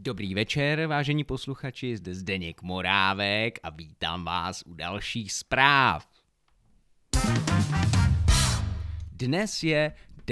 Dobrý večer, vážení posluchači, zde Zdeněk Morávek a vítám vás u dalších zpráv. Dnes je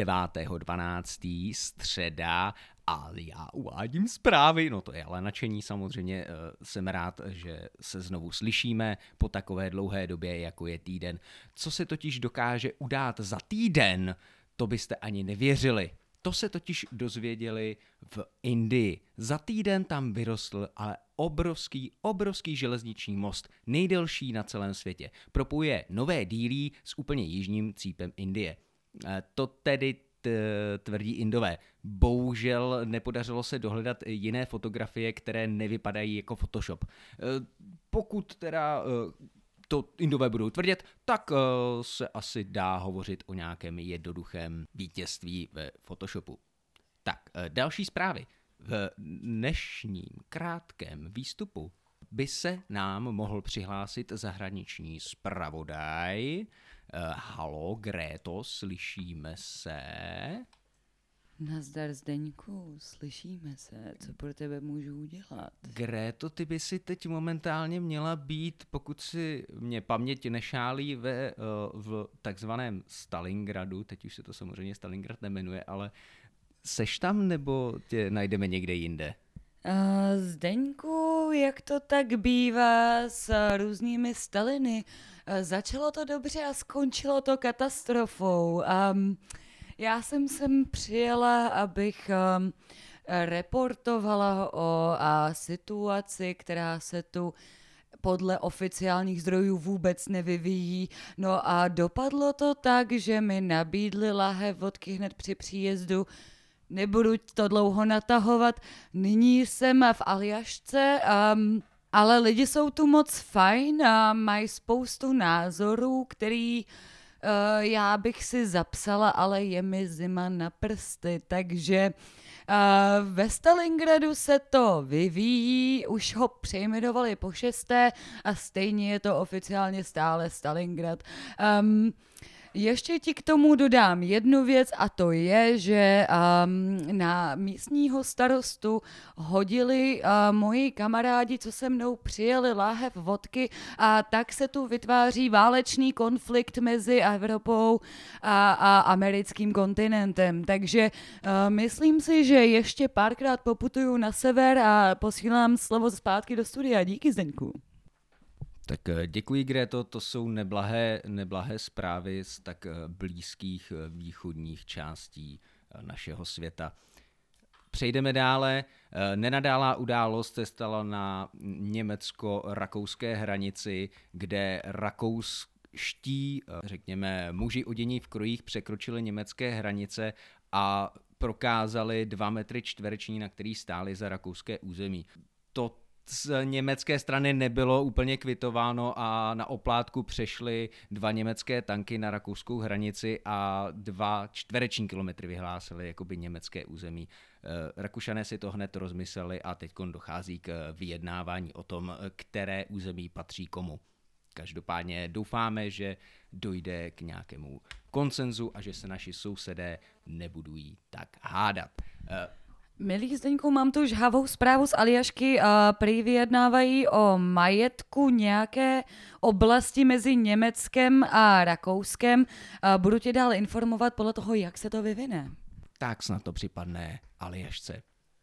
9.12. středa a já uvádím zprávy, no to je ale nadšení samozřejmě, jsem rád, že se znovu slyšíme po takové dlouhé době, jako je týden. Co se totiž dokáže udát za týden, to byste ani nevěřili. To se totiž dozvěděli v Indii. Za týden tam vyrostl ale obrovský železniční most, nejdelší na celém světě. Propojuje Nové Dillí s úplně jižním cípem Indie. To tedy tvrdí Indové. Bohužel nepodařilo se dohledat jiné fotografie, které nevypadají jako Photoshop. Pokud teda to Indové budou tvrdit, tak se asi dá hovořit o nějakém jednoduchém vítězství ve Photoshopu. Tak, další zprávy. V dnešním krátkém výstupu by se nám mohl přihlásit zahraniční zpravodaj. Halo, Gréto, slyšíme se? Nazdar, Zdeňku, slyšíme se, co pro tebe můžu udělat? Gréto, ty by si teď momentálně měla být, pokud si mě paměť nešálí, v takzvaném Stalingradu, teď už se to samozřejmě Stalingrad nemenuje, ale seš tam nebo tě najdeme někde jinde? Zdeňku, jak to tak bývá s různými Staliny, začalo to dobře a skončilo to katastrofou. Já jsem sem přijela, abych reportovala o situaci, která se tu podle oficiálních zdrojů vůbec nevyvíjí. No a dopadlo to tak, že mi nabídli láhev vodky hned při příjezdu. Nebudu to dlouho natahovat. Nyní jsem v Aljašce, ale lidi jsou tu moc fajn a mají spoustu názorů, který já bych si zapsala, ale je mi zima na prsty, takže ve Stalingradu se to vyvíjí, už ho přejmenovali po 6. a stejně je to oficiálně stále Stalingrad. Ještě ti k tomu dodám jednu věc a to je, že na místního starostu hodili moji kamarádi, co se mnou přijeli láhev vodky a tak se tu vytváří válečný konflikt mezi Evropou a americkým kontinentem. Takže myslím si, že ještě párkrát poputuju na sever a posílám slovo zpátky do studia. Díky, Zdeňku. Tak děkuji, Gréto, to jsou neblahé zprávy z tak blízkých východních částí našeho světa. Přejdeme dále. Nenadálá událost se stala na německo-rakouské hranici, kde rakouští, řekněme, muži odění v krojích překročili německé hranice a prokázali 2 metry čtvereční, na který stáli za rakouské území. To z německé strany nebylo úplně kvitováno a na oplátku přešly 2 německé tanky na rakouskou hranici a 2 čtvereční kilometry vyhlásili jakoby německé území. Rakušané si to hned rozmysleli a teď dochází k vyjednávání o tom, které území patří komu. Každopádně doufáme, že dojde k nějakému konsenzu a že se naši sousedé nebudují tak hádat. Milý Zdeňku, mám tu žhavou zprávu z Aljašky a prý vyjednávají o majetku nějaké oblasti mezi Německem a Rakouskem. Budu tě dál informovat podle toho, jak se to vyvine. Tak snad to připadne Aljašce.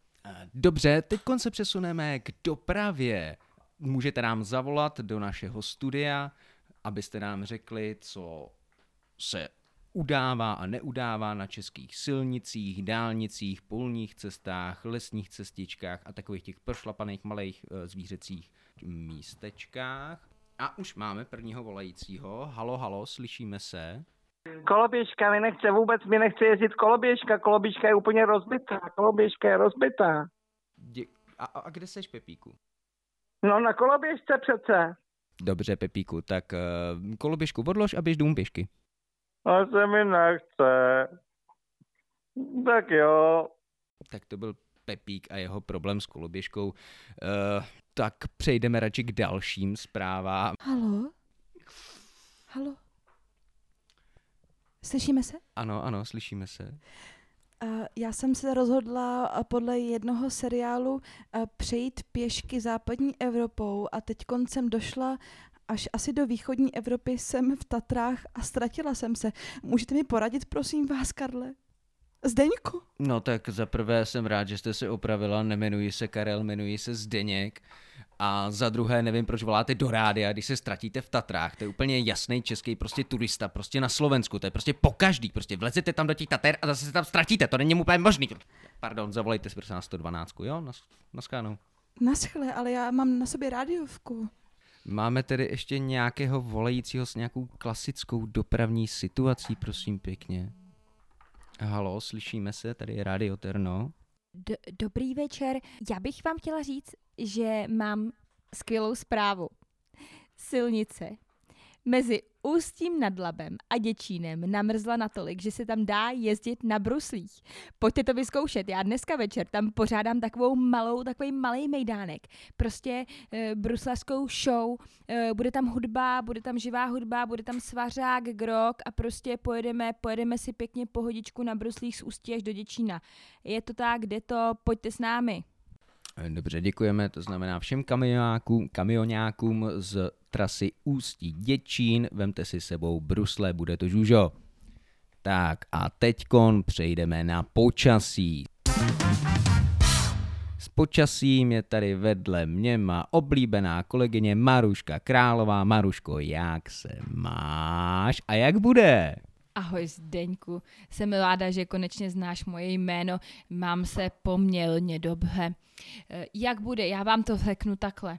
Dobře, teď se přesuneme k dopravě. Můžete nám zavolat do našeho studia, abyste nám řekli, co se udává a neudává na českých silnicích, dálnicích, polních cestách, lesních cestičkách a takových těch prošlapaných malých zvířecích místečkách. A už máme prvního volajícího. Halo, slyšíme se? Koloběžka mi nechce jezdit koloběžka je úplně rozbitá. A kde seš, Pepíku? No na koloběžce přece. Dobře, Pepíku, tak koloběžku odlož a běž domů pěšky. A se mi nechce. Tak jo. Tak to byl Pepík a jeho problém s koloběžkou. Tak přejdeme radši k dalším zprávám. Halo? Slyšíme se? Ano, slyšíme se. Já jsem se rozhodla podle jednoho seriálu přejít pěšky západní Evropou a teď jsem došla až asi do východní Evropy, jsem v Tatrách a ztratila jsem se. Můžete mi poradit, prosím vás, Karle? Zdeňku? No tak za prvé jsem rád, že jste se opravila, nemenuji se Karel, jmenuji se Zdeněk. A za druhé nevím, proč voláte do rádia, když se ztratíte v Tatrách. To je úplně jasný český prostě turista, prostě na Slovensku, to je prostě pokaždý, prostě vlezete tam do těch Tater a zase se tam ztratíte, to není úplně možný. Pardon, zavolejte si prosím na 112, jo, naschledanou. Naschle, ale já mám na sobě rádiovku. Máme tedy ještě nějakého volajícího s nějakou klasickou dopravní situací, prosím pěkně. Halo, slyšíme se, tady je Radio Terno. Dobrý večer, já bych vám chtěla říct, že mám skvělou zprávu. Silnice mezi Ústím nad Labem a Děčínem namrzla natolik, že se tam dá jezdit na bruslích. Pojďte to vyzkoušet, já dneska večer tam pořádám takový malý mejdánek. Prostě bruslařskou show, bude tam hudba, bude tam živá hudba, bude tam svařák, grog a prostě pojedeme si pěkně pohodičku na bruslích z Ústí až do Děčína. Je to tak, jde to, pojďte s námi. Dobře, děkujeme, to znamená všem kamionákům z trasy Ústí Děčín, vemte si sebou brusle, bude to žužo. Tak a teďkon přejdeme na počasí. S počasím je tady vedle mě má oblíbená kolegyně Maruška Králová. Maruško, jak se máš a jak bude? Ahoj Zdeňku, jsem ráda, že konečně znáš moje jméno, mám se poměrně dobře. Jak bude? Já vám to řeknu takhle.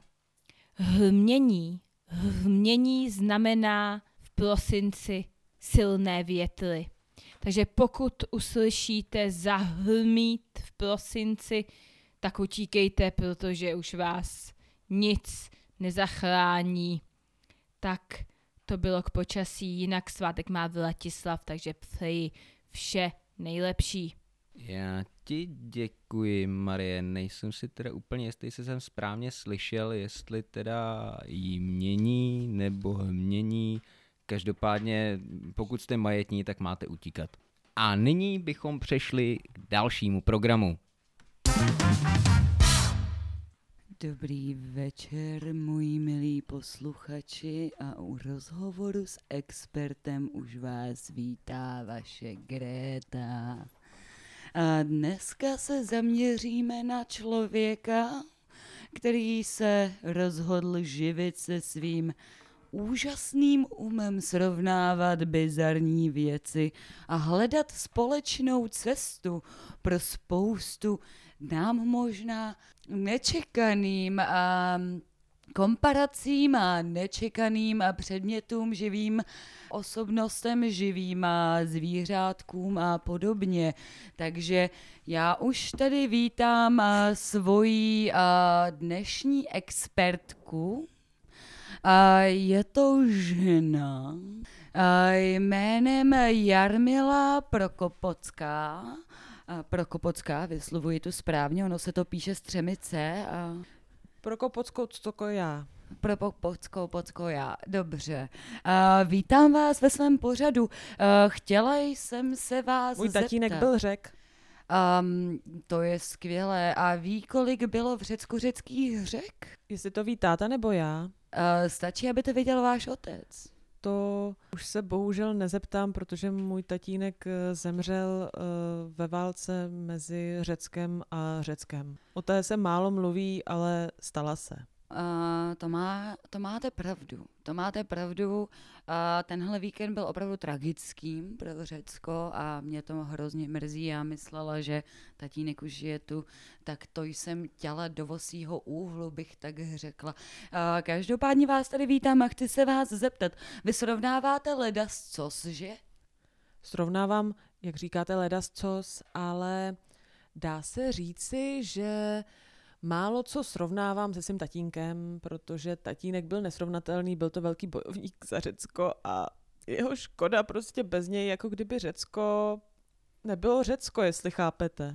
Hmění znamená v prosinci silné větry. Takže pokud uslyšíte zahrmít v prosinci, tak utíkejte, protože už vás nic nezachrání. Tak to bylo k počasí, jinak svátek má Vlatislav, takže přeji vše nejlepší. Já ti děkuji, Marie, nejsem si teda úplně jistý, jestli jsem správně slyšel, jestli teda jmění nebo hmění, každopádně pokud jste majetní, tak máte utíkat. A nyní bychom přešli k dalšímu programu. Dobrý večer, moji milí posluchači, a u rozhovoru s expertem už vás vítá vaše Gréta. A dneska se zaměříme na člověka, který se rozhodl živit se svým úžasným umem srovnávat bizarní věci a hledat společnou cestu pro spoustu nám možná nečekaným komparacím a nečekaným předmětům živým, osobnostem živým a zvířátkům a podobně. Takže já už tady vítám svoji dnešní expertku. Je to žena jménem Jarmila Prokopocká, vyslovuji to správně, ono se to píše s 3 C. Prokopockou, já. Dobře. Vítám vás ve svém pořadu. Chtěla jsem se vás Můj zeptat. tatínek byl Řek. To je skvělé. A ví, kolik bylo v Řecku řeckých řek? Jestli to ví táta nebo já? Stačí, aby to věděl váš otec. To už se bohužel nezeptám, protože můj tatínek zemřel ve válce mezi Řeckem a Řeckem. O té se málo mluví, ale stala se. To máte pravdu. Tenhle víkend byl opravdu tragickým pro Řecko a mě to hrozně mrzí. Já myslela, že tatínek už je tu, tak to jsem těla do vosího úhlu, bych tak řekla. Každopádně vás tady vítám a chci se vás zeptat. Vy srovnáváte ledascos, že? Srovnávám, jak říkáte, ledascos, ale dá se říci, že málo co srovnávám se svým tatínkem, protože tatínek byl nesrovnatelný, byl to velký bojovník za Řecko a jeho škoda prostě bez něj, jako kdyby Řecko nebylo Řecko, jestli chápete.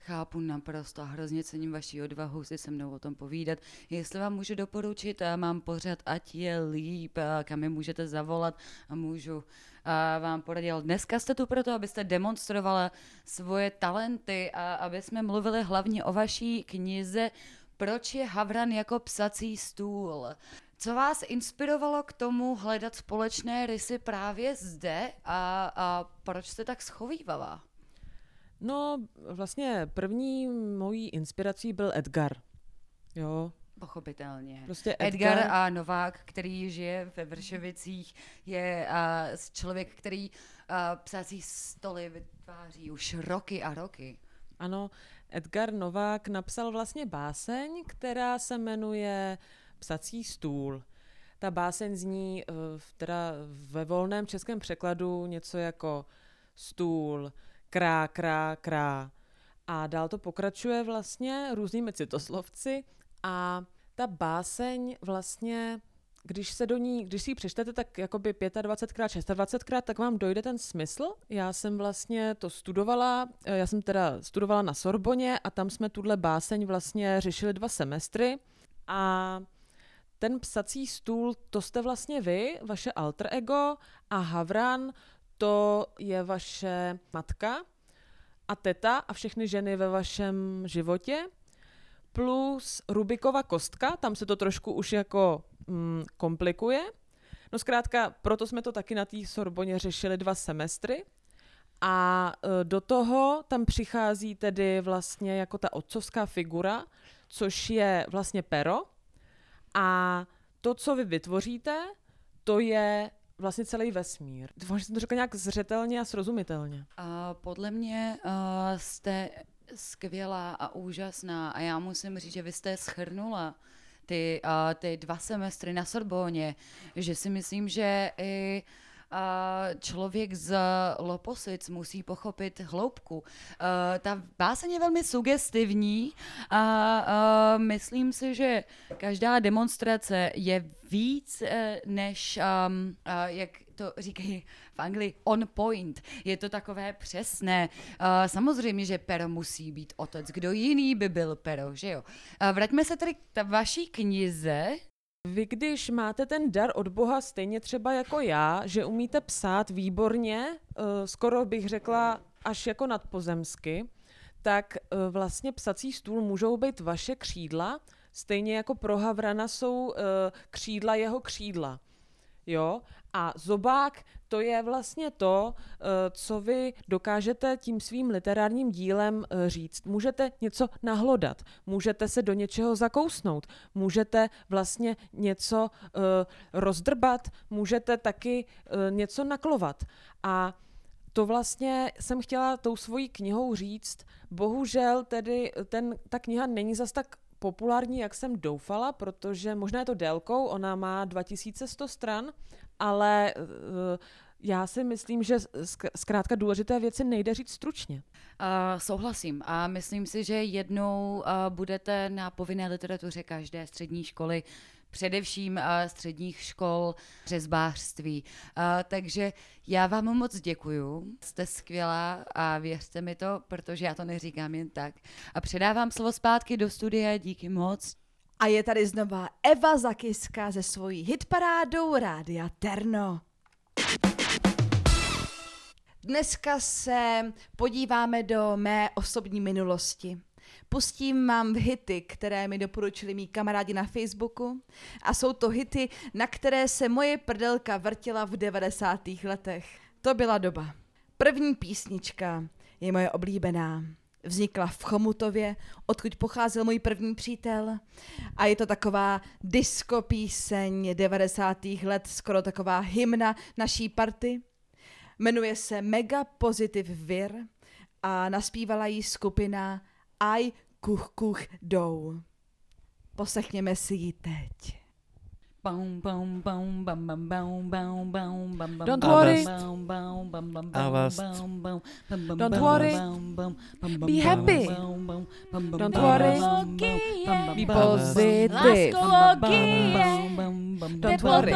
Chápu naprosto a hrozně cením vaši odvahu si se mnou o tom povídat. Jestli vám můžu doporučit, mám pořad Ať je líp, kam mi můžete zavolat a můžu vám poradit. Dneska jste tu proto, abyste demonstrovala svoje talenty a aby jsme mluvili hlavně o vaší knize Proč je havran jako psací stůl. Co vás inspirovalo k tomu hledat společné rysy právě zde a proč jste tak schovívavá? No, vlastně první mojí inspirací byl Edgar. Jo. Pochopitelně. Prostě Edgar a Novák, který žije ve Vršovicích, je člověk, který psací stoly vytváří už roky a roky. Ano, Edgar Novák napsal vlastně báseň, která se jmenuje Psací stůl. Ta báseň zní teda ve volném českém překladu něco jako stůl, krá, krá, krá. A dál to pokračuje vlastně různými citoslovci a ta báseň vlastně, když si ji přečtete tak jakoby 25krát, 26krát, tak vám dojde ten smysl. Já jsem vlastně to studovala, studovala na Sorboně a tam jsme tuhle báseň vlastně řešili 2 semestry a ten psací stůl, to jste vlastně vy, vaše alter ego a havran, to je vaše matka a teta a všechny ženy ve vašem životě, plus Rubikova kostka, tam se to trošku už jako komplikuje. No zkrátka, proto jsme to taky na té Sorboně řešili 2 semestry a do toho tam přichází tedy vlastně jako ta otcovská figura, což je vlastně pero a to, co vy vytvoříte, to je vlastně celý vesmír. Doufám, že jsem to řekla nějak zřetelně a srozumitelně. Podle mě jste skvělá a úžasná a já musím říct, že vy jste shrnula ty 2 semestry na Sorbonně, že si myslím, že i člověk z Loposic musí pochopit hloubku. Ta báseň je velmi sugestivní a myslím si, že každá demonstrace je víc než, jak to říkají v Anglii, on point. Je to takové přesné. Samozřejmě, že pero musí být otec. Kdo jiný by byl pero, že jo? Vraťme se tedy k vaší knize. Vy, když máte ten dar od Boha stejně třeba jako já, že umíte psát výborně, skoro bych řekla až jako nadpozemsky, tak vlastně psací stůl můžou být vaše křídla, stejně jako pro havrana jsou křídla jeho křídla. Jo? A zobák, to je vlastně to, co vy dokážete tím svým literárním dílem říct. Můžete něco nahlodat, můžete se do něčeho zakousnout, můžete vlastně něco rozdrbat, můžete taky něco naklovat. A to vlastně jsem chtěla tou svojí knihou říct. Bohužel tedy ta kniha není zas tak populární, jak jsem doufala, protože možná je to délkou, ona má 2100 stran, ale já si myslím, že zkrátka důležité věci nejde říct stručně. Souhlasím a myslím si, že jednou budete na povinné literatuře každé střední školy, především středních škol řezbářství. Takže já vám moc děkuju, jste skvělá a věřte mi to, protože já to neříkám jen tak. A předávám slovo zpátky do studia, díky moc. A je tady znova Eva Zakiska se svojí hitparádou Rádia Terno. Dneska se podíváme do mé osobní minulosti. Pustím vám hity, které mi doporučili mý kamarádi na Facebooku a jsou to hity, na které se moje prdelka vrtila v 90. letech. To byla doba. První písnička je moje oblíbená. Vznikla v Chomutově, odkud pocházel můj první přítel a je to taková disco píseň 90. let, skoro taková hymna naší party. Jmenuje se Mega Positive Vir a naspívala jí skupina I Kuch Kuch Dou. Poslechněme si ji teď. Don't worry. Don't worry. Be happy. Don't worry. Be positive. Don't worry.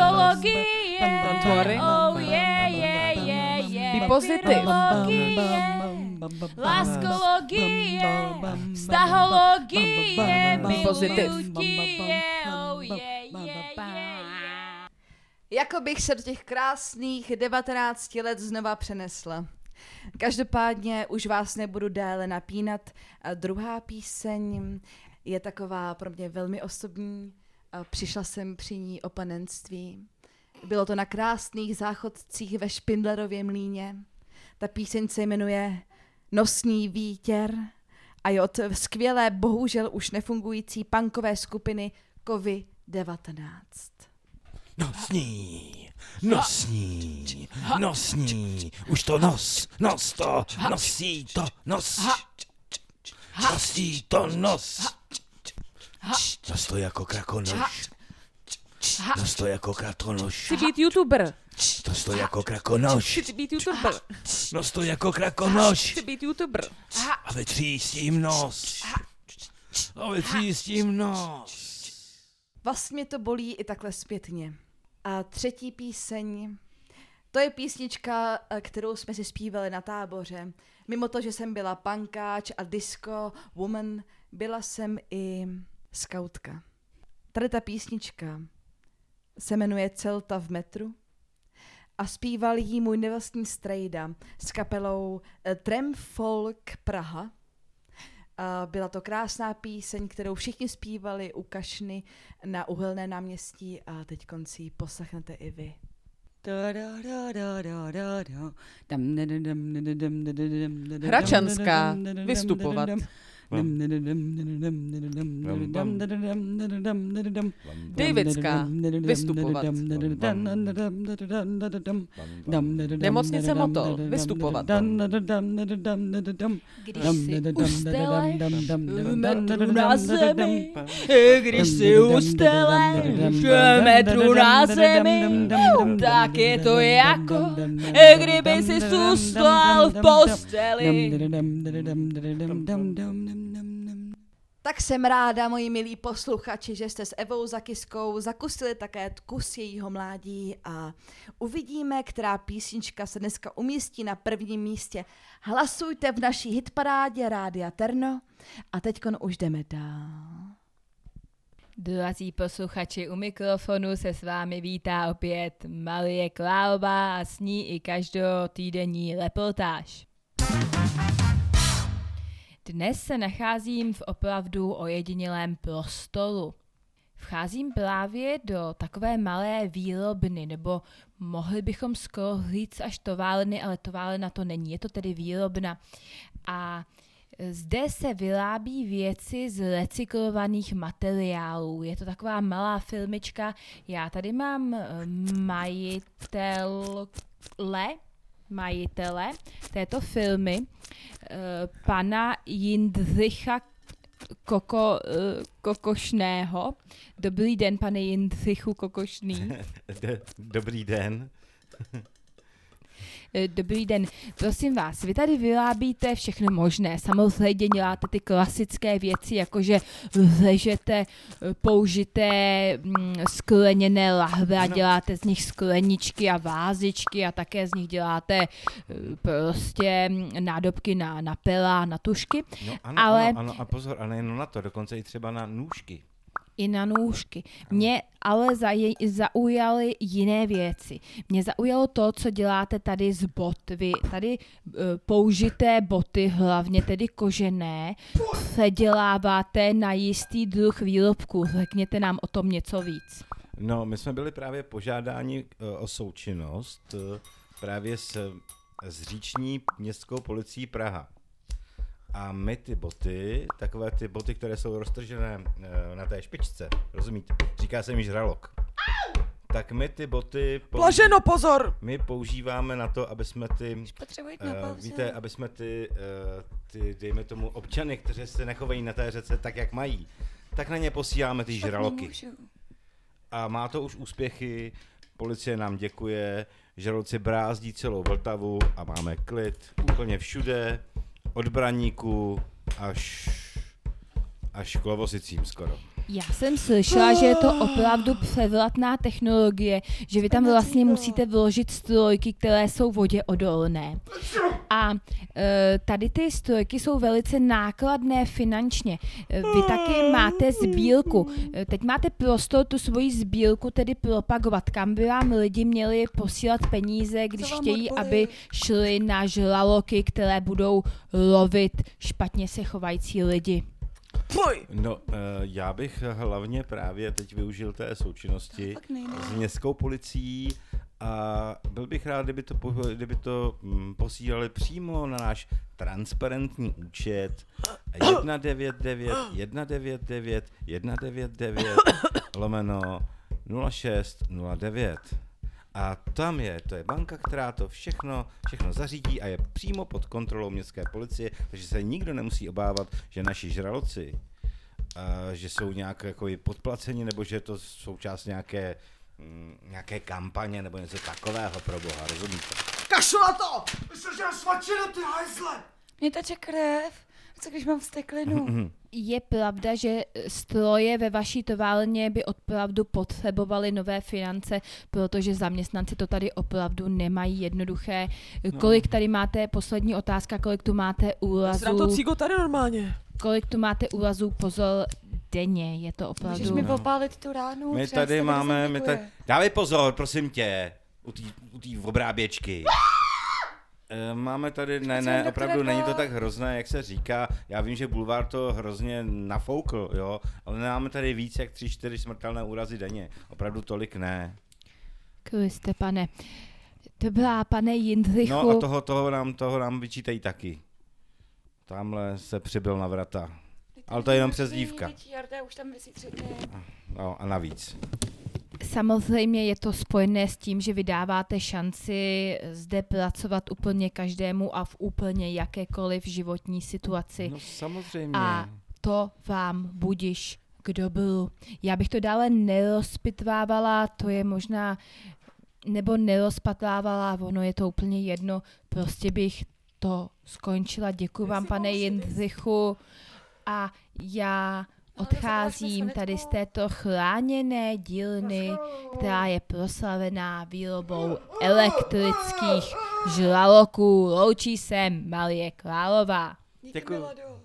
Don't worry. Oh yeah, yeah, yeah, yeah. Be positive. Láskologie, vztahologie, miluju ti, oh yeah. Jako bych se do těch krásných 19 let znova přenesla. Každopádně už vás nebudu déle napínat. A druhá píseň je taková pro mě velmi osobní. A přišla jsem při ní o panenství. Bylo to na krásných záchodcích ve Špindlerově mlýně. Ta píseň se jmenuje Nosní vítěr a je od skvělé, bohužel už nefungující punkové skupiny COVID-19. Nosní, už to nosí to, nos to jako krakonoš, nos to jako kratonoš, Chci být youtuber. nos to jako krakonoš, Chci být youtuber. nos to jako krakonoš, Chci být youtuber. a vytřístím nos, Vlastně mě to bolí i takhle zpětně. A třetí píseň, to je písnička, kterou jsme si zpívali na táboře. Mimo to, že jsem byla punkáč a disco woman, byla jsem i skautka. Tady ta písnička se jmenuje Celta v metru a zpíval jí můj nevlastní strejda s kapelou Trem Folk Praha. A byla to krásná píseň, kterou všichni zpívali u kašny na Uhelné náměstí a teď konci ji poslechnete i vy. Hračanská, vystupovat. Davidská, vystupovat. Nemocnice Motol, vystupovat. Když si usteleš metru na zemi, když si usteleš metru na zemi, tak je to jako, kdyby si zůstal v posteli. Tak jsem ráda, moji milí posluchači, že jste s Evou Zakyskou zakusili také kus jejího mládí a uvidíme, která písnička se dneska umístí na prvním místě. Hlasujte v naší hitparádě Rádia Terno a teďkon už jdeme dál. Drazí posluchači, u mikrofonu se s vámi vítá opět Marie Klálová a s ní i každotýdenní reportáž. Dnes se nacházím v opravdu ojedinělém prostoru. Vcházím právě do takové malé výrobny, nebo mohli bychom skoro říct až továrny, ale továrna to není, je to tedy výrobna. A zde se vyrábí věci z recyklovaných materiálů. Je to taková malá firmička. Já tady mám majitele této firmy, pana Jindřicha Kokošného. Dobrý den, pane Jindřichu Kokošný. Dobrý den. Dobrý den, prosím vás, vy tady vyrábíte všechno možné, samozřejmě děláte ty klasické věci, jakože řežete použité skleněné lahve a děláte z nich skleničky a vázičky a také z nich děláte prostě nádobky na pera, na tušky. No, ano, a pozor, a nejen na to, dokonce i třeba na nůžky. I na nůžky. Mě ale zaujaly jiné věci. Mě zaujalo to, co děláte tady z bot. Vy tady použité boty, hlavně tedy kožené, předěláváte na jistý druh výrobku. Řekněte nám o tom něco víc. No, my jsme byli právě požádáni o součinnost právě s říční městskou policií Praha. A my ty boty, takové ty boty, které jsou roztržené na té špičce, rozumíte? Říká se mi žralok. Tak my ty boty... Blaženo, pozor! My používáme na to, aby jsme ty... víte, aby jsme ty, dejme tomu, občany, kteří se nechovají na té řece tak, jak mají, tak na ně posíláme ty žraloky. A má to už úspěchy, policie nám děkuje, žraloci brázdí celou Vltavu a máme klid úplně všude. Od Braníku až k Lovosicím skoro. Já jsem slyšela, že je to opravdu převratná technologie, že vy tam vlastně musíte vložit strojky, které jsou vodě odolné. A tady ty strojky jsou velice nákladné finančně. Vy taky máte sbírku. Teď máte prostor tu svoji sbírku tedy propagovat, kam by vám lidi měli posílat peníze, když chtějí, aby šli na žraloky, které budou lovit špatně se chovající lidi. No, já bych hlavně právě teď využil té součinnosti s městskou policií a byl bych rád, kdyby to posílali přímo na náš transparentní účet 199 a tam to je banka, která to všechno zařídí a je přímo pod kontrolou městské policie, takže se nikdo nemusí obávat, že naši žraloci, že jsou nějak jako podplaceni, nebo že to součást nějaké kampaně, nebo něco takového, pro boha, rozumíte? Kašlu na to! Myslím, že mám svačinu, ty hajzle! Mě teče krev, co když mám vsteklinu? Je pravda, že stroje ve vaší továrně by opravdu potřebovaly nové finance, protože zaměstnanci to tady opravdu nemají jednoduché. No. Kolik tady máte, poslední otázka, kolik tu máte úrazů? Zrám to cígo tady normálně. Kolik tu máte úrazů, pozor, denně, je to opravdu... Můžeš mi popálit tu ránu? My tady máme, dávej pozor, prosím tě, u té obráběčky. Máme tady, ne, opravdu není to tak hrozné, jak se říká. Já vím, že Bulvár to hrozně nafoukl, jo, ale máme tady víc jak 3-4 smrtelné úrazy denně. Opravdu tolik ne. Kriste, pane. Dobrá, pane Jindřichu. No a toho nám vyčítají taky. Tamhle se přibyl na vrata. Ale to je jenom přezdívka. Už tam visí 3 dny. No a navíc. Samozřejmě je to spojené s tím, že vydáváte šanci zde pracovat úplně každému a v úplně jakékoliv životní situaci. No samozřejmě. A to vám budiš k dobru. Já bych to dále nerozpitvávala, to je možná, nebo nerozpatlávala, ono je to úplně jedno, prostě bych to skončila. Děkuji vám, pane Jindřichu, a já odcházím tady z této chráněné dílny, která je proslavená výrobou elektrických žraloků. Loučí se Marie Králová. Děkuji.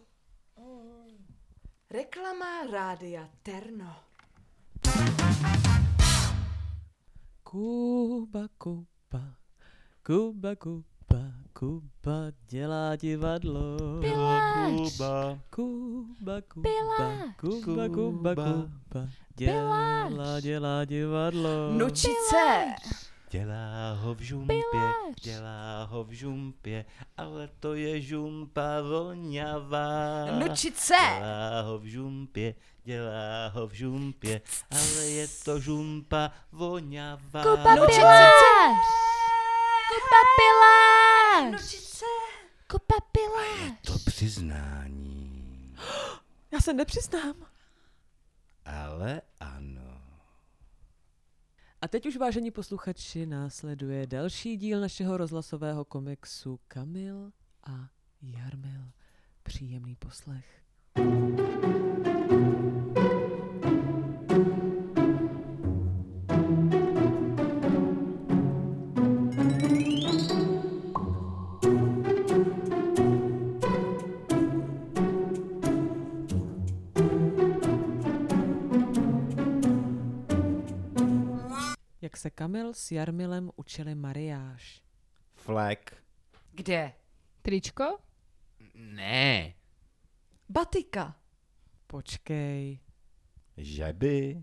Reklama Rádia Terno. Kuba dělá divadlo. Kuba dělá divadlo. Nučice. Dělá ho v žumpě, ale to je žumpa voňavá. Nučice. Dělá ho v žumpě, ale je to žumpa voňavá. Kuba Pilář! Kuba Pilář! Nučice. Kuba Pilář! Je to přiznání. Já se nepřiznám. Ale ano. A teď už, vážení posluchači, následuje další díl našeho rozhlasového komiksu Kamil a Jarmil. Příjemný poslech. Jak se Kamil s Jarmilem učili mariáž. Flek. Kde? Tričko? Ne. Batika. Počkej. Žeby.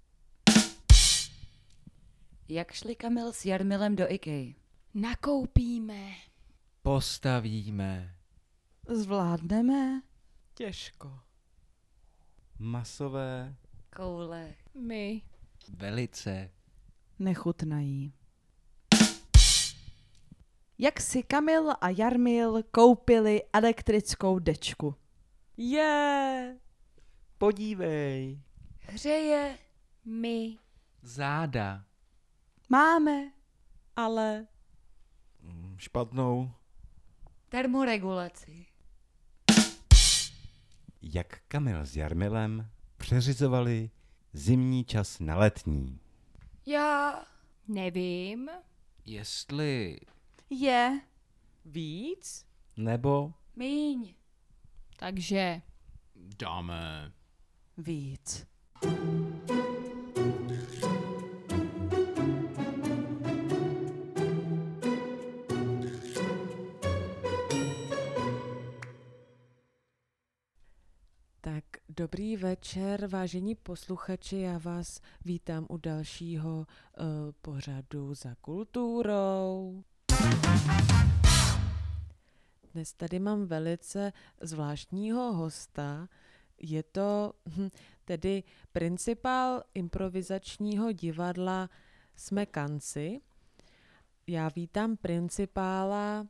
Jak šli Kamil s Jarmilem do IKEA? Nakoupíme. Postavíme. Zvládneme. Těžko. Masové. Koule. My. Velice. Nechutnají. Jak si Kamil a Jarmil koupili elektrickou dečku? Podívej. Hřeje. My. Záda. Máme. Ale Špatnou. Termoregulaci. Jak Kamil s Jarmilem přeřizovali zimní čas na letní? Já Nevím. Jestli Je. Víc? Nebo míň. Takže dáme Víc. Tak dobrý večer, vážení posluchači, já vás vítám u dalšího pořadu Za kulturou. Dnes tady mám velice zvláštního hosta, je to tedy principál improvizačního divadla Jsme kanci. Já vítám principála,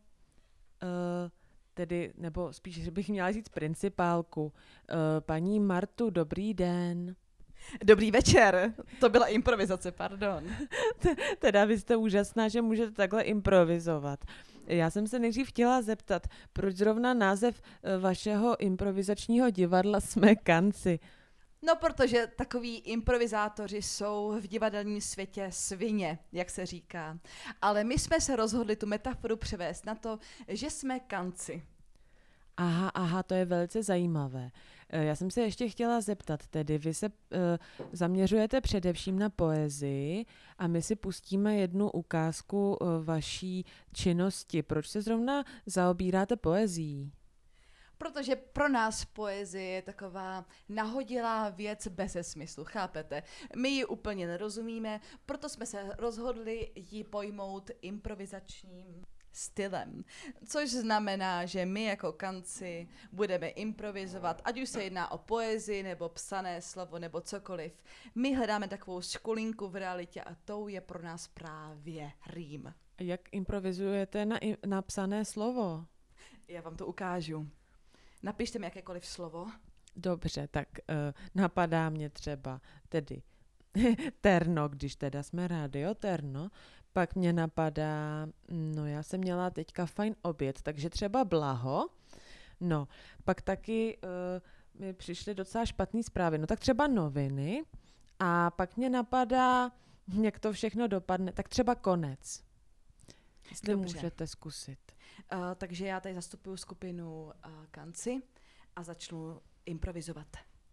tedy, nebo spíš bych měla říct principálku, paní Martu, dobrý den. Dobrý večer. To byla improvizace, pardon. Teda vy jste úžasná, že můžete takhle improvizovat. Já jsem se nejdřív chtěla zeptat, proč zrovna název vašeho improvizačního divadla Jsme kanci? No, protože takoví improvizátoři jsou v divadelním světě svině, jak se říká. Ale my jsme se rozhodli tu metaforu převést na to, že jsme kanci. Aha, to je velice zajímavé. Já jsem se ještě chtěla zeptat, tedy vy se zaměřujete především na poezii a my si pustíme jednu ukázku vaší činnosti. Proč se zrovna zaobíráte poezií? Protože pro nás poezie je taková nahodilá věc bez smyslu, chápete? My ji úplně nerozumíme, proto jsme se rozhodli ji pojmout improvizačním stylem. Což znamená, že my jako kanci budeme improvizovat, ať už se jedná o poezii, nebo psané slovo, nebo cokoliv. My hledáme takovou školinku v realitě a tou je pro nás právě rým. Jak improvizujete na psané slovo? Já vám to ukážu. Napište mi jakékoliv slovo. Dobře, tak napadá mě třeba tedy terno, když teda jsme rádio terno, pak mě napadá, no já jsem měla teďka fajn oběd, takže třeba blaho, no, pak taky mi přišly docela špatný zprávy, no tak třeba noviny a pak mě napadá, jak to všechno dopadne, tak třeba konec. Jestli Dobře. můžete zkusit. Takže já tady zastupuju skupinu kanci a začnu improvizovat.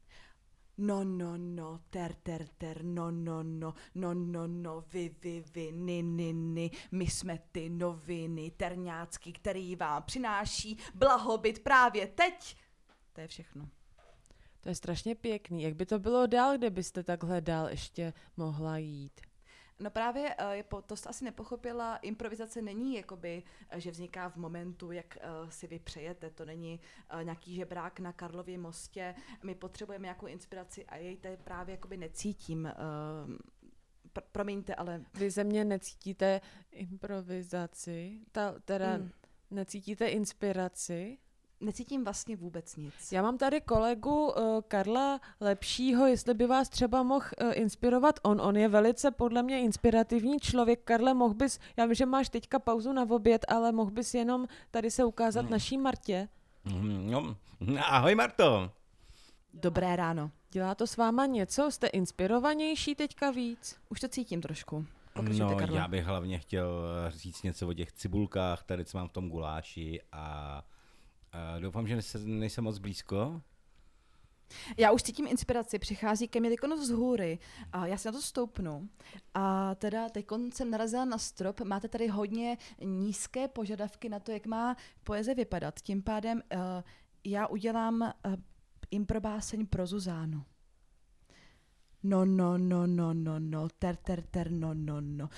No, ter, no, vy, ni, my jsme ty noviny, terňácky, který vám přináší blahobyt právě teď. To je všechno. To je strašně pěkný. Jak by to bylo dál, kdybyste takhle dál ještě mohla jít? No právě, to jste asi nepochopila, improvizace není jakoby, že vzniká v momentu, jak si vy přejete, to není nějaký žebrák na Karlově mostě, my potřebujeme nějakou inspiraci a jej tady právě jakoby necítím. Promiňte, ale... Vy ze mě necítíte improvizaci, necítíte inspiraci? Necítím vlastně vůbec nic. Já mám tady kolegu Karla Lepšího, jestli by vás třeba mohl inspirovat on je velice podle mě inspirativní člověk. Karle, mohl bys, já vím, že máš teďka pauzu na oběd, ale mohl bys jenom tady se ukázat naší Martě? No, ahoj Marto. Dobré ráno. Dělá to s váma něco? Jste inspirovanější teďka víc? Už to cítím trošku. Pokračujte, No, Karlo. já bych hlavně chtěl říct něco o těch cibulkách, tady co mám v tom guláši a doufám, že nejsem moc blízko. Já už cítím inspiraci, přichází ke mně teď z hůry a já si na to stoupnu. A teda teď jsem narazila na strop, máte tady hodně nízké požadavky na to, jak má poezie vypadat. Tím pádem já udělám improbáseň pro Zuzánu. No, ter, no,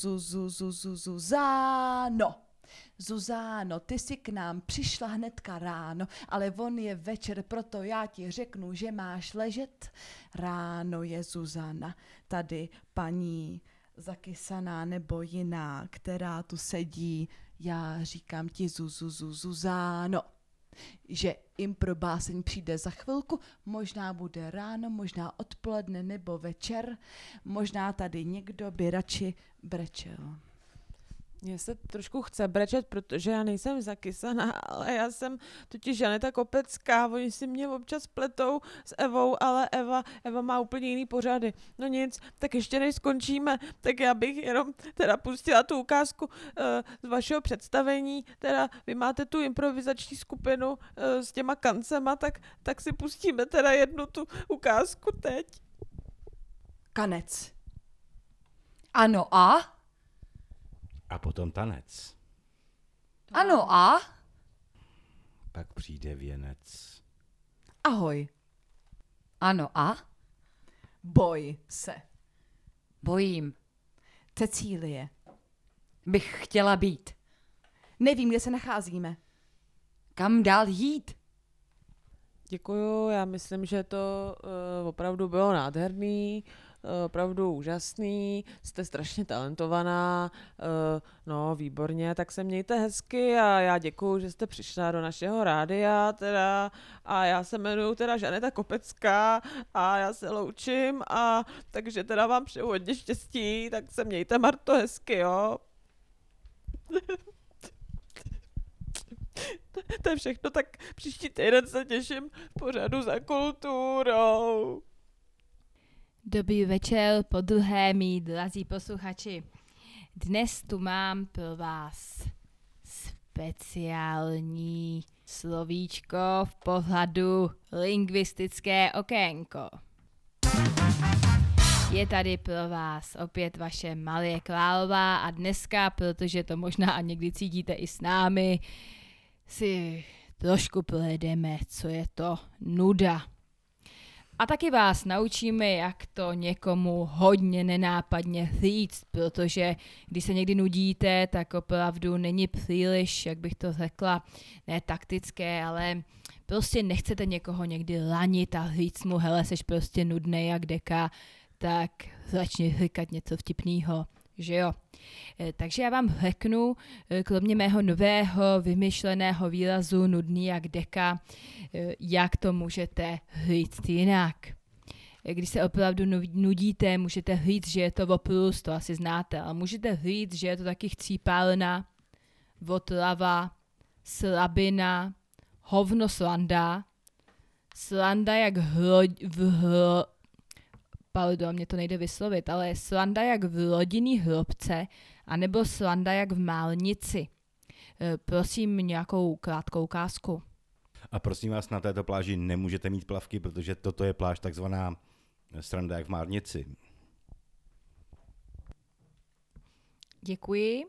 Zuzáno. Zuzáno, ty jsi k nám přišla hnedka ráno, ale on je večer, proto já ti řeknu, že máš ležet. Ráno je Zuzana, tady paní zakysaná nebo jiná, která tu sedí. Já říkám ti Zuzáno, že improbáseň přijde za chvilku, možná bude ráno, možná odpoledne nebo večer, možná tady někdo by radši brečel. Mně se trošku chce brečet, protože já nejsem zakysaná, ale já jsem totiž Žaneta Kopecká, oni si mě občas pletou s Evou, ale Eva má úplně jiný pořady. No nic, tak ještě než skončíme, tak já bych jenom teda pustila tu ukázku z vašeho představení, teda vy máte tu improvizační skupinu s těma kancema, tak si pustíme teda jednu tu ukázku teď. Kanec. Ano a? A potom tanec. Ano a? Pak přijde věnec. Ahoj. Ano a? Boj se. Bojím. Cecílie. Bych chtěla být. Nevím, kde se nacházíme. Kam dál jít? Děkuju, já myslím, že to opravdu bylo nádherný, opravdu úžasný, jste strašně talentovaná, no výborně, tak se mějte hezky a já děkuju, že jste přišla do našeho rádia teda a já se jmenuji teda Žaneta Kopecká a já se loučím a takže teda vám přeju hodně štěstí, tak se mějte, Marto, hezky, jo. To je všechno, tak příští týden se těším v pořadu Za kulturou. Dobrý večer, podruhé, mí drazí posluchači. Dnes tu mám pro vás speciální slovíčko v pořadu Lingvistické okénko. Je tady pro vás opět vaše Marie Králová a dneska, protože to možná a někdy cítíte i s námi, si trošku projedeme, co je to nuda. A taky vás naučíme, jak to někomu hodně nenápadně říct, protože když se někdy nudíte, tak opravdu není příliš, jak bych to řekla, ne taktické, ale prostě nechcete někoho někdy lanit a říct mu, hele, seš prostě nudnej jak deka, tak začni říkat něco vtipného, že jo. Takže já vám řeknu, kromě mého nového vymyšleného výrazu nudný jak deka, jak to můžete říct jinak. Když se opravdu nudíte, můžete říct, že je to oprus, to asi znáte, ale můžete říct, že je to taky chcípálna, otrava, slabina, hovno slanda, slanda jak pardon, mě to nejde vyslovit, ale slanda jak v rodinný hrobce, anebo slanda jak v málnici. Prosím nějakou krátkou ukázku. A prosím vás, na této pláži nemůžete mít plavky, protože toto je pláž takzvaná sranda jak v márnici. Děkuji.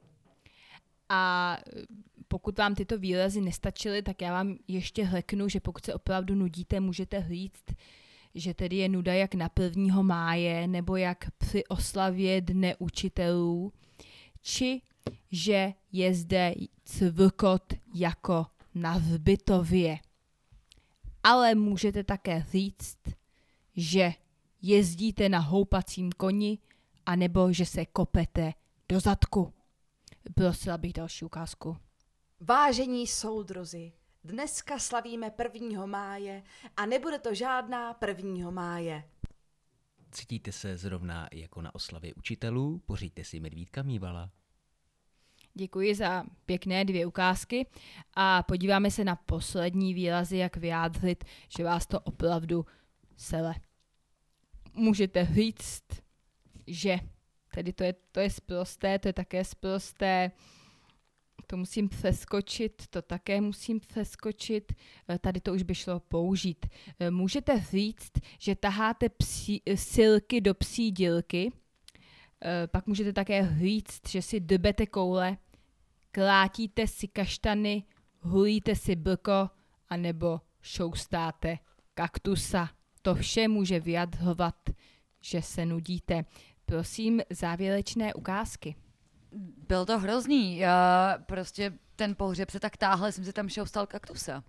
A pokud vám tyto výrazy nestačily, tak já vám ještě řeknu, že pokud se opravdu nudíte, můžete říct, že tedy je nuda jak na 1. máje, nebo jak při oslavě Dne učitelů, či že je zde cvrkot jako na hřbitově. Ale můžete také říct, že jezdíte na houpacím koni, anebo že se kopete do zadku. Prosila bych další ukázku. Vážení soudruzi, dneska slavíme 1. máje a nebude to žádná 1. máje. Cítíte se zrovna jako na oslavě učitelů? Pořiďte si medvídka Mývala. Děkuji za pěkné 2 ukázky a podíváme se na poslední výrazy, jak vyjádřit, že vás to opravdu sele. Můžete říct, že tedy to je sprosté, to je také sprosté, to musím přeskočit, to také musím přeskočit, tady to už by šlo použít. Můžete říct, že taháte silky do psí dílky, pak můžete také říct, že si drbete koule, klátíte si kaštany, hulíte si blko, anebo šoustáte kaktusa. To vše může vyjadřovat, že se nudíte. Prosím, závěrečné ukázky. Byl to hrozný. Já prostě ten pohřeb se tak táhl, jsem si tam šoustal kaktusa.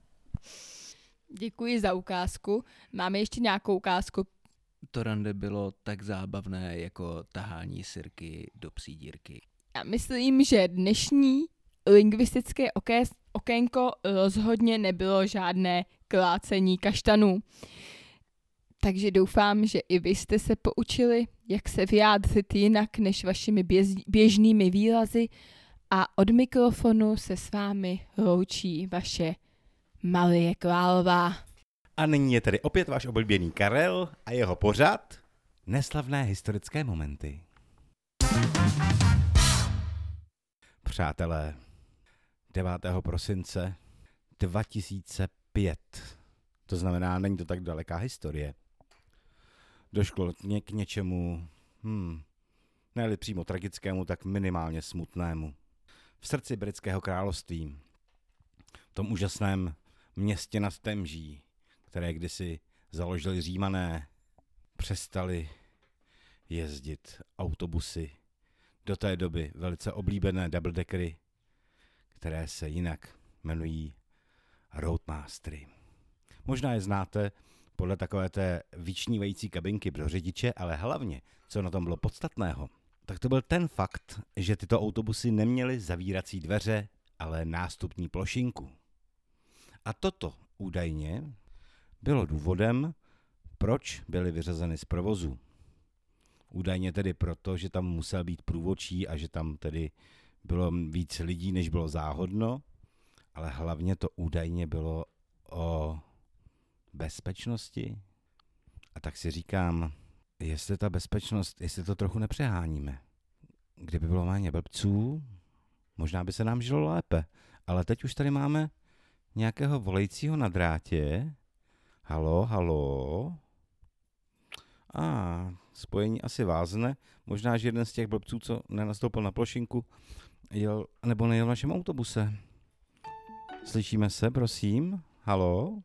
Děkuji za ukázku. Máme ještě nějakou ukázku? To rande bylo tak zábavné jako tahání sirky do psí dírky. Já myslím, že dnešní lingvistické okénko rozhodně nebylo žádné klácení kaštanů. Takže doufám, že i vy jste se poučili, jak se vyjádřit jinak než vašimi běžnými výrazy A od mikrofonu se s vámi loučí vaše Marie Králová. A nyní je tedy opět váš oblíbený Karel a jeho pořad Neslavné historické momenty. Přátelé, 9. prosince 2005, to znamená, není to tak daleká historie, došlo k něčemu, ne-li přímo tragickému, tak minimálně smutnému. V srdci britského království, v tom úžasném městě nad Temží, které kdysi založili Římané, přestali jezdit autobusy, do té doby velice oblíbené double-deckery, které se jinak jmenují Roadmastery. Možná je znáte podle takové té vyčnívající kabinky pro řidiče, ale hlavně, co na tom bylo podstatného, tak to byl ten fakt, že tyto autobusy neměly zavírací dveře, ale nástupní plošinku. A toto údajně bylo důvodem, proč byly vyřazeny z provozu. Údajně tedy proto, že tam musel být průvodčí a že tam tedy bylo víc lidí, než bylo záhodno, ale hlavně to údajně bylo o bezpečnosti. A tak si říkám, jestli ta bezpečnost, jestli to trochu nepřeháníme. Kdyby bylo méně blbců, možná by se nám žilo lépe. Ale teď už tady máme nějakého volajícího na drátě. Halo. Spojení asi vázne. Možná, že jeden z těch blbců, co nenastoupil na plošinku, jel nebo nejel v našem autobuse. Slyšíme se, prosím? Halo?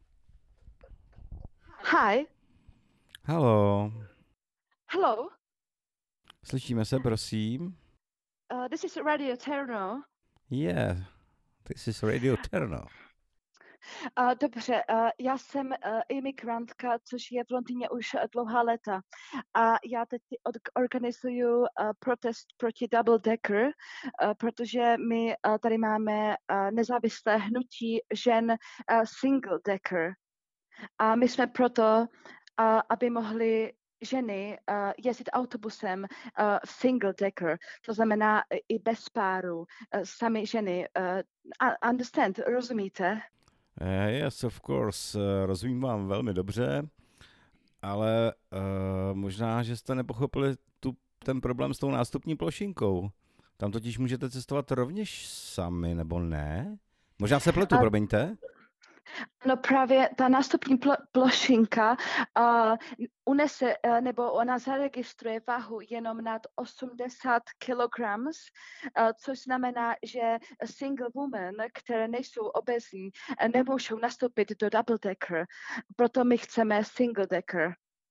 Hi. Halo? Hello. Slyšíme se, prosím? This is Radio Terno. Yeah, this is Radio Terno. Dobře, já jsem imigrantka, což je v Londýně už dlouhá léta. A já teď organizuju protest proti double decker, protože my tady máme nezávislé hnutí žen single decker. A my jsme proto, aby mohly ženy jezdit autobusem single decker, to znamená i bez páru, sami ženy. Understand, rozumíte? Yes, of course, rozumím vám velmi dobře, ale možná, že jste nepochopili ten problém s tou nástupní plošinkou. Tam totiž můžete cestovat rovněž sami, nebo ne? Možná se pletu, promiňte. No právě ta nástupní plošinka unese, nebo ona zaregistruje váhu jenom nad 80 kg, což znamená, že single women, které nejsou obezní, nemůžou nastoupit do double decker. Proto my chceme single decker.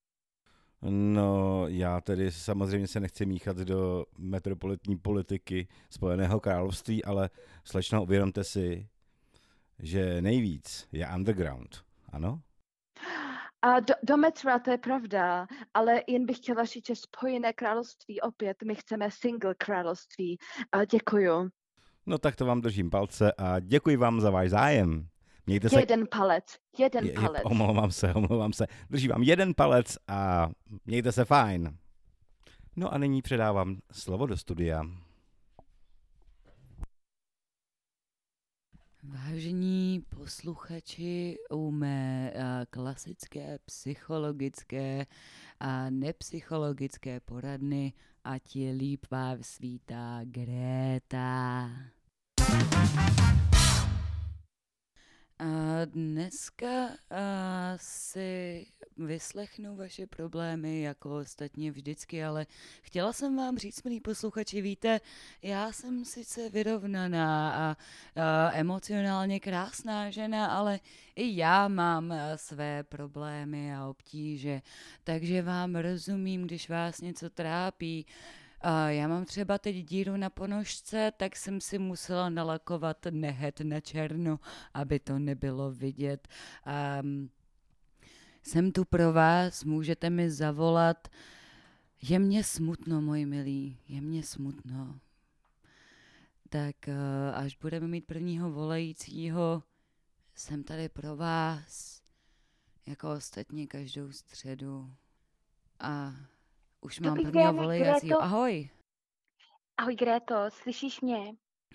No, já tedy samozřejmě se nechci míchat do metropolitní politiky Spojeného království, ale slečno, uvědomte si, že nejvíc je underground, ano? Do metra, to je pravda, ale jen bych chtěla říct, že Spojené království opět, my chceme single království. Děkuju. No tak to vám držím palce a děkuji vám za váš zájem. Mějte se... Jeden palec. Omlouvám se. Držím vám jeden palec a mějte se fajn. No a nyní předávám slovo do studia. Vážení posluchači u mé klasické psychologické a nepsychologické poradny, ať je líp vám svítá Greta. A dneska si vyslechnu vaše problémy, jako ostatně vždycky, ale chtěla jsem vám říct, milí posluchači, víte, já jsem sice vyrovnaná a emocionálně krásná žena, ale i já mám své problémy a obtíže, takže vám rozumím, když vás něco trápí. Já mám třeba teď díru na ponožce, tak jsem si musela nalakovat nehet na černo, aby to nebylo vidět. Jsem tu pro vás, můžete mi zavolat. Je mně smutno, moji milí, je mně smutno. Tak až budeme mít prvního volajícího, jsem tady pro vás, jako ostatně každou středu. A už mám prvního volajícího. Ahoj. Ahoj, Gréto, slyšíš mě?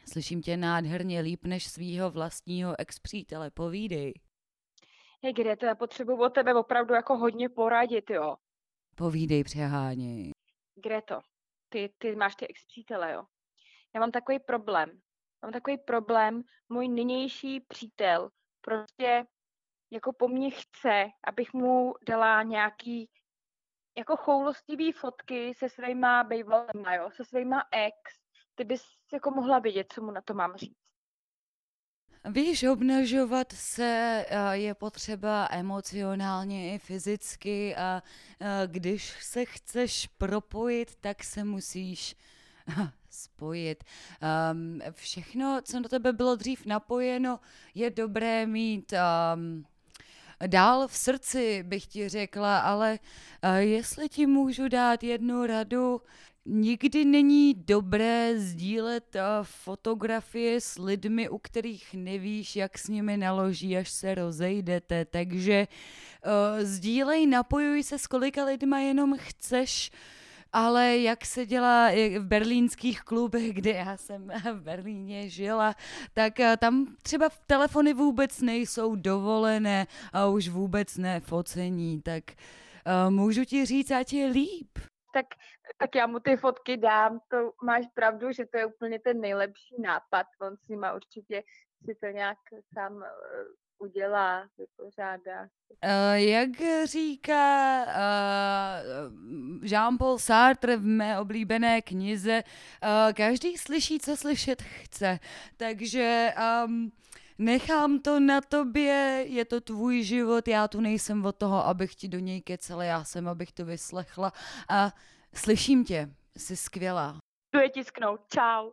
Slyším tě nádherně líp než svýho vlastního ex-přítele, povídej. Hej, Greto, já potřebuji od tebe opravdu jako hodně poradit, jo. Povídej, přeháněj. Greto, ty máš ty ex-přítele, jo. Já mám takový problém. Můj nynější přítel prostě jako po mně chce, abych mu dala nějaký jako choulostivý fotky se svýma bejvalema, jo, se svýma ex. Ty bys jako mohla vědět, co mu na to mám říct. Víš, obnažovat se je potřeba emocionálně i fyzicky a když se chceš propojit, tak se musíš spojit. Všechno, co na tebe bylo dřív napojeno, je dobré mít dál v srdci, bych ti řekla, ale jestli ti můžu dát jednu radu, nikdy není dobré sdílet fotografie s lidmi, u kterých nevíš, jak s nimi naloží, až se rozejdete, takže sdílej, napojuj se s kolika lidma jenom chceš, ale jak se dělá v berlínských klubech, kde já jsem v Berlíně žila, tak tam třeba telefony vůbec nejsou dovolené a už vůbec ne focení, tak můžu ti říct, ať je líp. Tak já mu ty fotky dám, to máš pravdu, že to je úplně ten nejlepší nápad, on si má určitě si to nějak sám udělá, vypořádá. Jak říká Jean-Paul Sartre v mé oblíbené knize, každý slyší, co slyšet chce, takže nechám to na tobě, je to tvůj život, já tu nejsem od toho, abych ti do něj kecala, já jsem, abych to vyslechla a slyším tě, jsi skvělá. Jdu je tisknout, čau.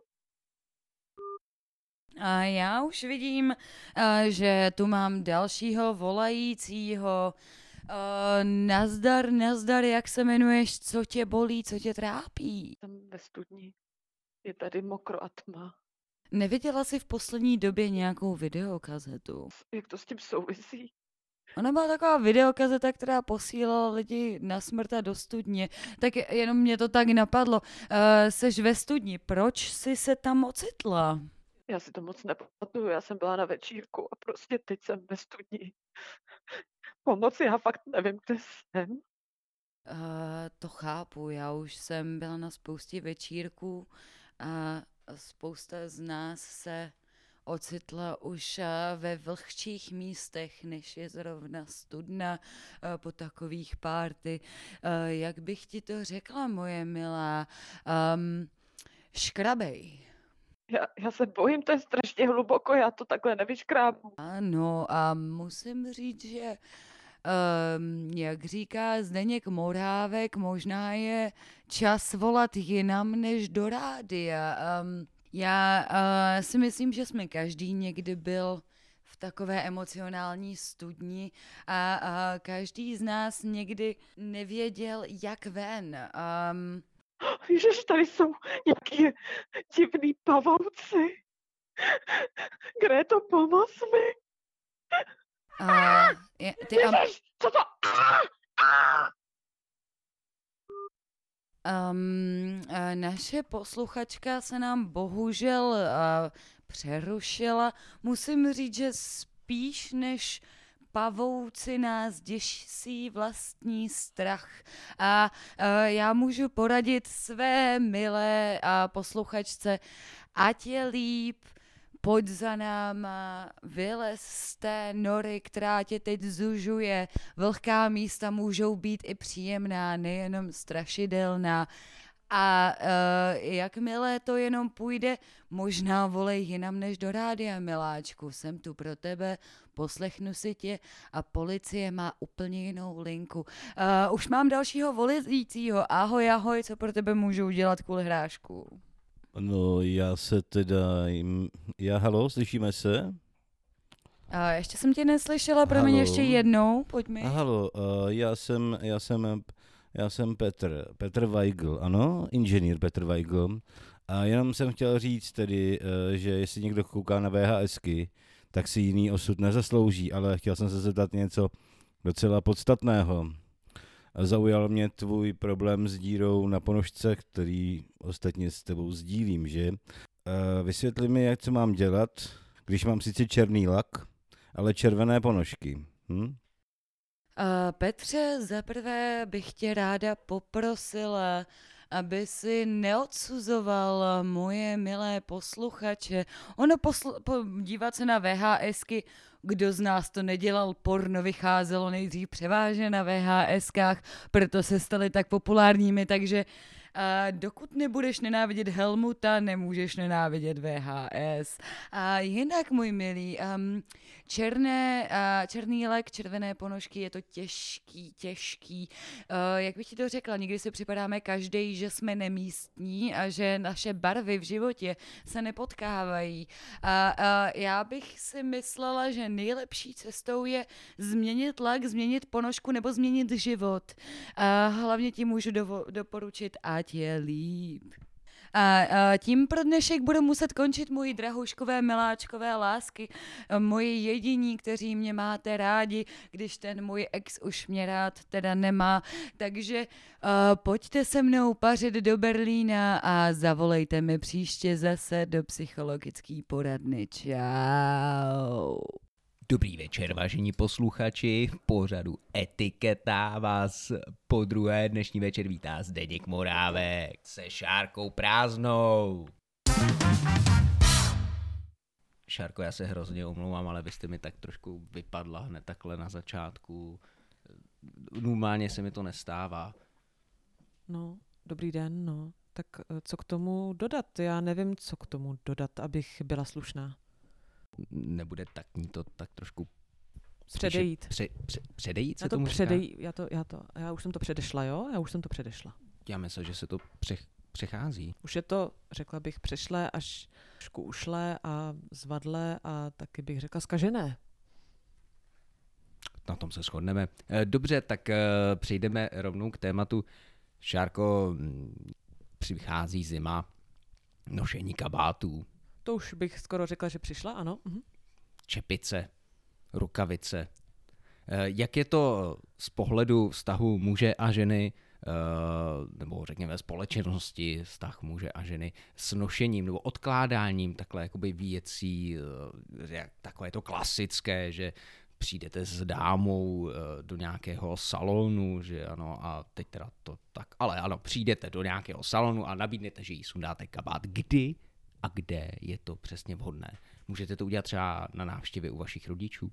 A já už vidím, že tu mám dalšího volajícího. Nazdar, jak se jmenuješ, co tě bolí, co tě trápí? Jsem ve studni, je tady mokro a tma. Neviděla jsi v poslední době nějakou videokazetu? Jak to s tím souvisí? Ona byla taková videokazeta, která posílala lidi na smrt a do studně. Tak jenom mě to tak napadlo. Seš ve studni, proč jsi se tam ocitla? Já si to moc nepamatuju, já jsem byla na večírku a prostě teď jsem ve studni. Pomoci, já fakt nevím, kde jsem. To chápu, já už jsem byla na spoustě večírků a spousta z nás se ocitla už ve vlhčích místech, než je zrovna studna po takových párty. Jak bych ti to řekla, moje milá? Škrabej. Já se bojím, to je strašně hluboko, já to takhle nevyškrábu. Ano, a musím říct, že jak říká Zdeněk Morávek, možná je čas volat jinam než do rádia. Já si myslím, že jsme každý někdy byl v takové emocionální studni a každý z nás někdy nevěděl, jak ven. Ježiš, tady jsou nějaký divný pavouci. Greto, pomoz mi. Ježiš, co to? Naše posluchačka se nám bohužel přerušila. Musím říct, že spíš než pavouci nás děsí vlastní strach. A já můžu poradit své milé posluchačce, ať je líp, pojď za náma, vylez z té nory, která tě teď zužuje. Vlhká místa můžou být i příjemná, nejenom strašidelná. A jakmile to jenom půjde, možná volej jinam než do rádia, miláčku. Jsem tu pro tebe, poslechnu si tě a policie má úplně jinou linku. Už mám dalšího volajícího. Ahoj, co pro tebe můžu udělat kvůli hrášku? No, halo, slyšíme se? Ještě jsem tě neslyšela, promiň ještě jednou, pojď mi. Halo, já jsem Petr Weigl, ano, inženýr Petr Weigl. A jenom jsem chtěl říct tedy, že jestli někdo kouká na VHSky, tak si jiný osud nezaslouží, ale chtěl jsem se zeptat něco docela podstatného. Zaujal mě tvůj problém s dírou na ponožce, který ostatně s tebou sdílím, že? Vysvětli mi, jak co mám dělat, když mám sice černý lak, ale červené ponožky. Petře, zaprvé bych tě ráda poprosila, aby si neodsuzoval moje milé posluchače. Dívat se na VHSky, kdo z nás to nedělal, porno vycházelo nejdřív převážně na VHSkách, proto se staly tak populárními, takže dokud nebudeš nenávidět Helmuta, nemůžeš nenávidět VHS. A jinak, můj milý, černý lek, červené ponožky, je to těžký. Jak bych ti to řekla, někdy si připadáme každý, že jsme nemístní a že naše barvy v životě se nepotkávají. Já bych si myslela, že nejlepší cestou je změnit lak, změnit ponožku nebo změnit život. Hlavně ti můžu doporučit, ať je líp. A tím pro dnešek budu muset končit, moji drahuškové miláčkové lásky, moji jediní, kteří mě máte rádi, když ten můj ex už mě rád teda nemá. Takže pojďte se mnou pařit do Berlína a zavolejte mi příště zase do psychologické poradny. Čau. Dobrý večer, vážení posluchači. V pořadu Etiketa vás po druhé dnešní večer vítá Zdeněk Morávek se Šárkou Prázdnou. Šárko, já se hrozně omlouvám, ale vy jste mi tak trošku vypadla hned takhle na začátku. Normálně se mi to nestává. No, dobrý den, no. Tak co k tomu dodat? Já nevím, co k tomu dodat, abych byla slušná. Nebude taktní to tak trošku předejít. Předejít se tomu říká? Já už jsem to předešla, jo? Já myslím, že se to přechází. Už je to, řekla bych, přešlé až ušlé a zvadlé a taky bych řekla zkažené. Na tom se shodneme. Dobře, tak přejdeme rovnou k tématu. Šárko, přichází zima, nošení kabátů. To už bych skoro řekla, že přišla, ano. Čepice, rukavice. Jak je to z pohledu vztahu muže a ženy, nebo řekněme společnosti, vztah muže a ženy s nošením nebo odkládáním takhle jakoby věcí, takové to klasické, že přijdete s dámou do nějakého salonu, že ano, a teď teda to tak, ale ano, přijdete do nějakého salonu a nabídnete, že jí sundáte kabát. Kdy a kde je to přesně vhodné? Můžete to udělat třeba na návštěvě u vašich rodičů?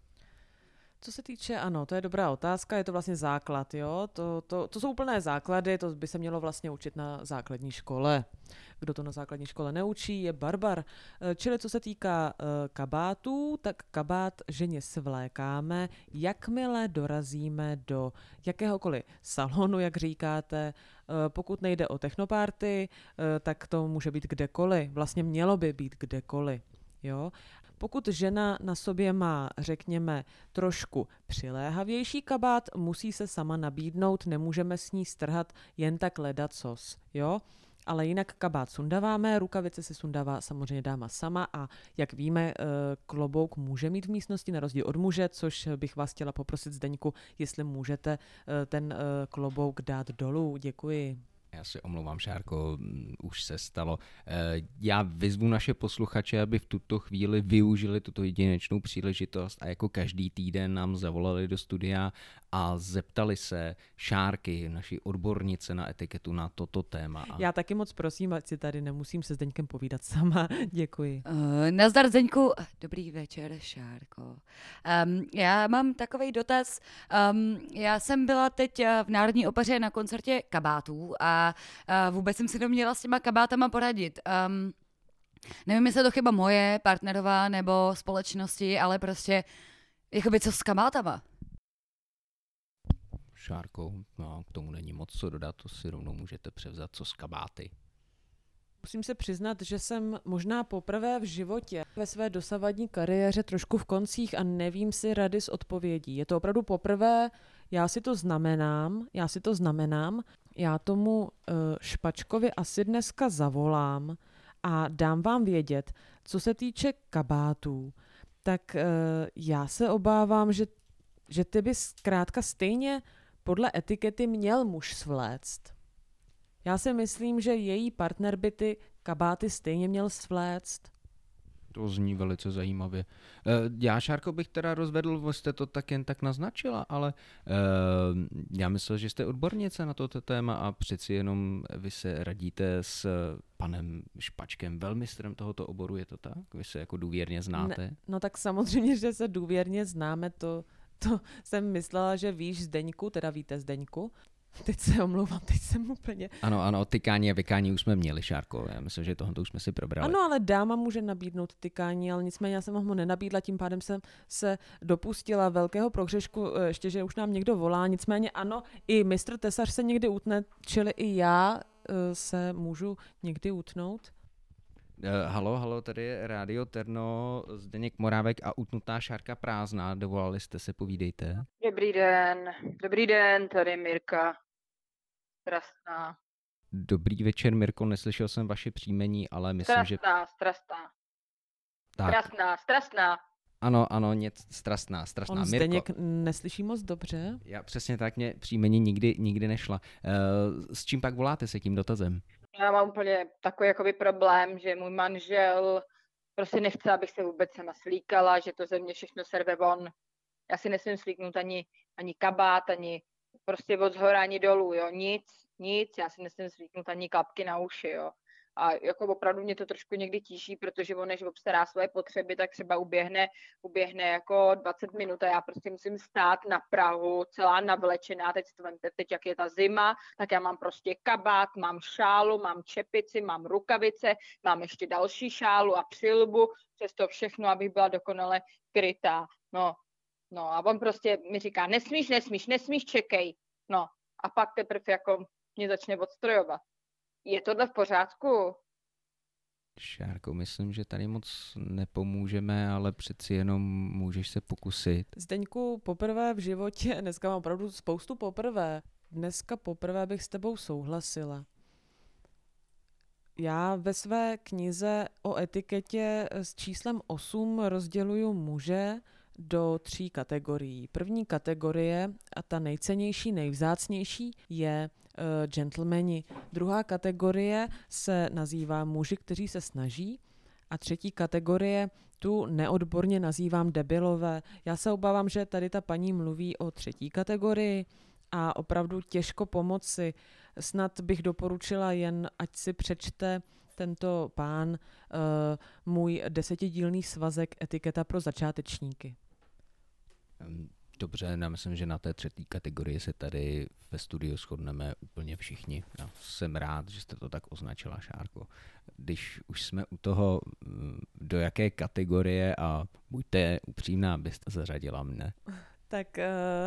Co se týče, ano, to je dobrá otázka, je to vlastně základ, jo? To jsou úplné základy, to by se mělo vlastně učit na základní škole. Kdo to na základní škole neučí, je barbar. Čili co se týká kabátů, tak kabát ženě svlékáme, jakmile dorazíme do jakéhokoliv salonu, jak říkáte. Pokud nejde o technoparty, tak to může být kdekoliv. Vlastně mělo by být kdekoliv. Jo? Pokud žena na sobě má, řekněme, trošku přiléhavější kabát, musí se sama nabídnout, nemůžeme s ní strhat jen tak ledacos, jo? Ale jinak kabát sundáváme, rukavice si sundává samozřejmě dáma sama a jak víme, klobouk může mít v místnosti na rozdíl od muže, což bych vás chtěla poprosit, Zdeňku, jestli můžete ten klobouk dát dolů. Děkuji. Já se omlouvám, Šárko, už se stalo. Já vyzvu naše posluchače, aby v tuto chvíli využili tuto jedinečnou příležitost a jako každý týden nám zavolali do studia a zeptali se Šárky, naší odbornice na etiketu, na toto téma. Já taky moc prosím, ať si tady nemusím se Zdeňkem povídat sama. Děkuji. Nazdar, Zdeňku. Dobrý večer, Šárko. Já mám takovej dotaz. Já jsem byla teď v Národní opeře na koncertě kabátů a vůbec jsem si to měla s těma kabátama poradit. Nevím, jestli je to chyba moje, partnerová nebo společnosti, ale prostě jakoby co s kabátama? Šárko, no, k tomu není moc co dodat, to si rovnou můžete převzat, co s kabáty. Musím se přiznat, že jsem možná poprvé v životě ve své dosavadní kariéře trošku v koncích a nevím si rady s odpovědí. Je to opravdu poprvé, já si to znamenám, já tomu Špačkovi asi dneska zavolám a dám vám vědět, co se týče kabátů, tak já se obávám, že ty by zkrátka stejně podle etikety měl muž svléct. Já si myslím, že její partner by ty kabáty stejně měl svléct. To zní velice zajímavě. Já, Šárko, bych teda rozvedl, vy jste to tak jen tak naznačila, ale já myslel, že jste odbornice na toto téma a přeci jenom vy se radíte s panem Špačkem, velmistrem tohoto oboru, je to tak? Vy se jako důvěrně znáte? No tak samozřejmě, že se důvěrně známe, to jsem myslela, že víš Zdeňku, teda víte Zdeňku. Teď se omlouvám, teď jsem úplně... Ano, tykání a vykání už jsme měli, Šárko. Já myslím, že tohle už jsme si probrali. Ano, ale dáma může nabídnout tykání, ale nicméně já jsem ho nenabídla, tím pádem jsem se dopustila velkého prohřešku, ještě, že už nám někdo volá. Nicméně ano, i mistr tesař se někdy utne, čili i já se můžu někdy utnout. Halo, tady je Rádio Terno, Zdeněk Morávek a utnutá Šárka Prázdná. Dovolali jste se, povídejte. Dobrý den, tady Mirka. Strastná. Dobrý večer, Mirko, neslyšel jsem vaše příjmení, ale myslím, že... Strastná. Tak. Strastná. Ano, strastná. On Mirko. Zdeněk neslyší moc dobře. Já přesně tak, mě příjmení nikdy nešla. S čím pak voláte se tím dotazem? Já mám úplně takový jakoby problém, že můj manžel prostě nechce, abych se vůbec sama slíkala, že to ze mě všechno serve von. Já si nesmím slíknout ani kabát, ani prostě od zhora, ani dolů, jo, nic, já si nesmím slíknout ani klapky na uši, jo. A jako opravdu mě to trošku někdy tíží, protože on, než obstará svoje potřeby, tak třeba uběhne jako 20 minut a já prostě musím stát na prahu, celá navlečená, teď jak je ta zima, tak já mám prostě kabát, mám šálu, mám čepici, mám rukavice, mám ještě další šálu a přilbu, přes to všechno, abych byla dokonale krytá. No a on prostě mi říká, nesmíš, čekej. No a pak teprve jako mě začne odstrojovat. Je tohle v pořádku? Šárko, myslím, že tady moc nepomůžeme, ale přeci jenom můžeš se pokusit. Zdeňku, poprvé v životě, dneska mám opravdu spoustu poprvé. Dneska poprvé bych s tebou souhlasila. Já ve své knize o etiketě s číslem 8 rozděluju muže do 3 kategorií. První kategorie a ta nejcennější, nejvzácnější je gentlemani. Druhá kategorie se nazývá muži, kteří se snaží a třetí kategorie tu neodborně nazývám debilové. Já se obávám, že tady ta paní mluví o třetí kategorii a opravdu těžko pomoci. Snad bych doporučila jen, ať si přečte tento pán můj 10dílný svazek Etiketa pro začátečníky. Dobře, já myslím, že na té třetí kategorii se tady ve studiu shodneme úplně všichni. Já jsem rád, že jste to tak označila, Šárko. Když už jsme u toho, do jaké kategorie a buďte upřímná, byste zařadila mne. Tak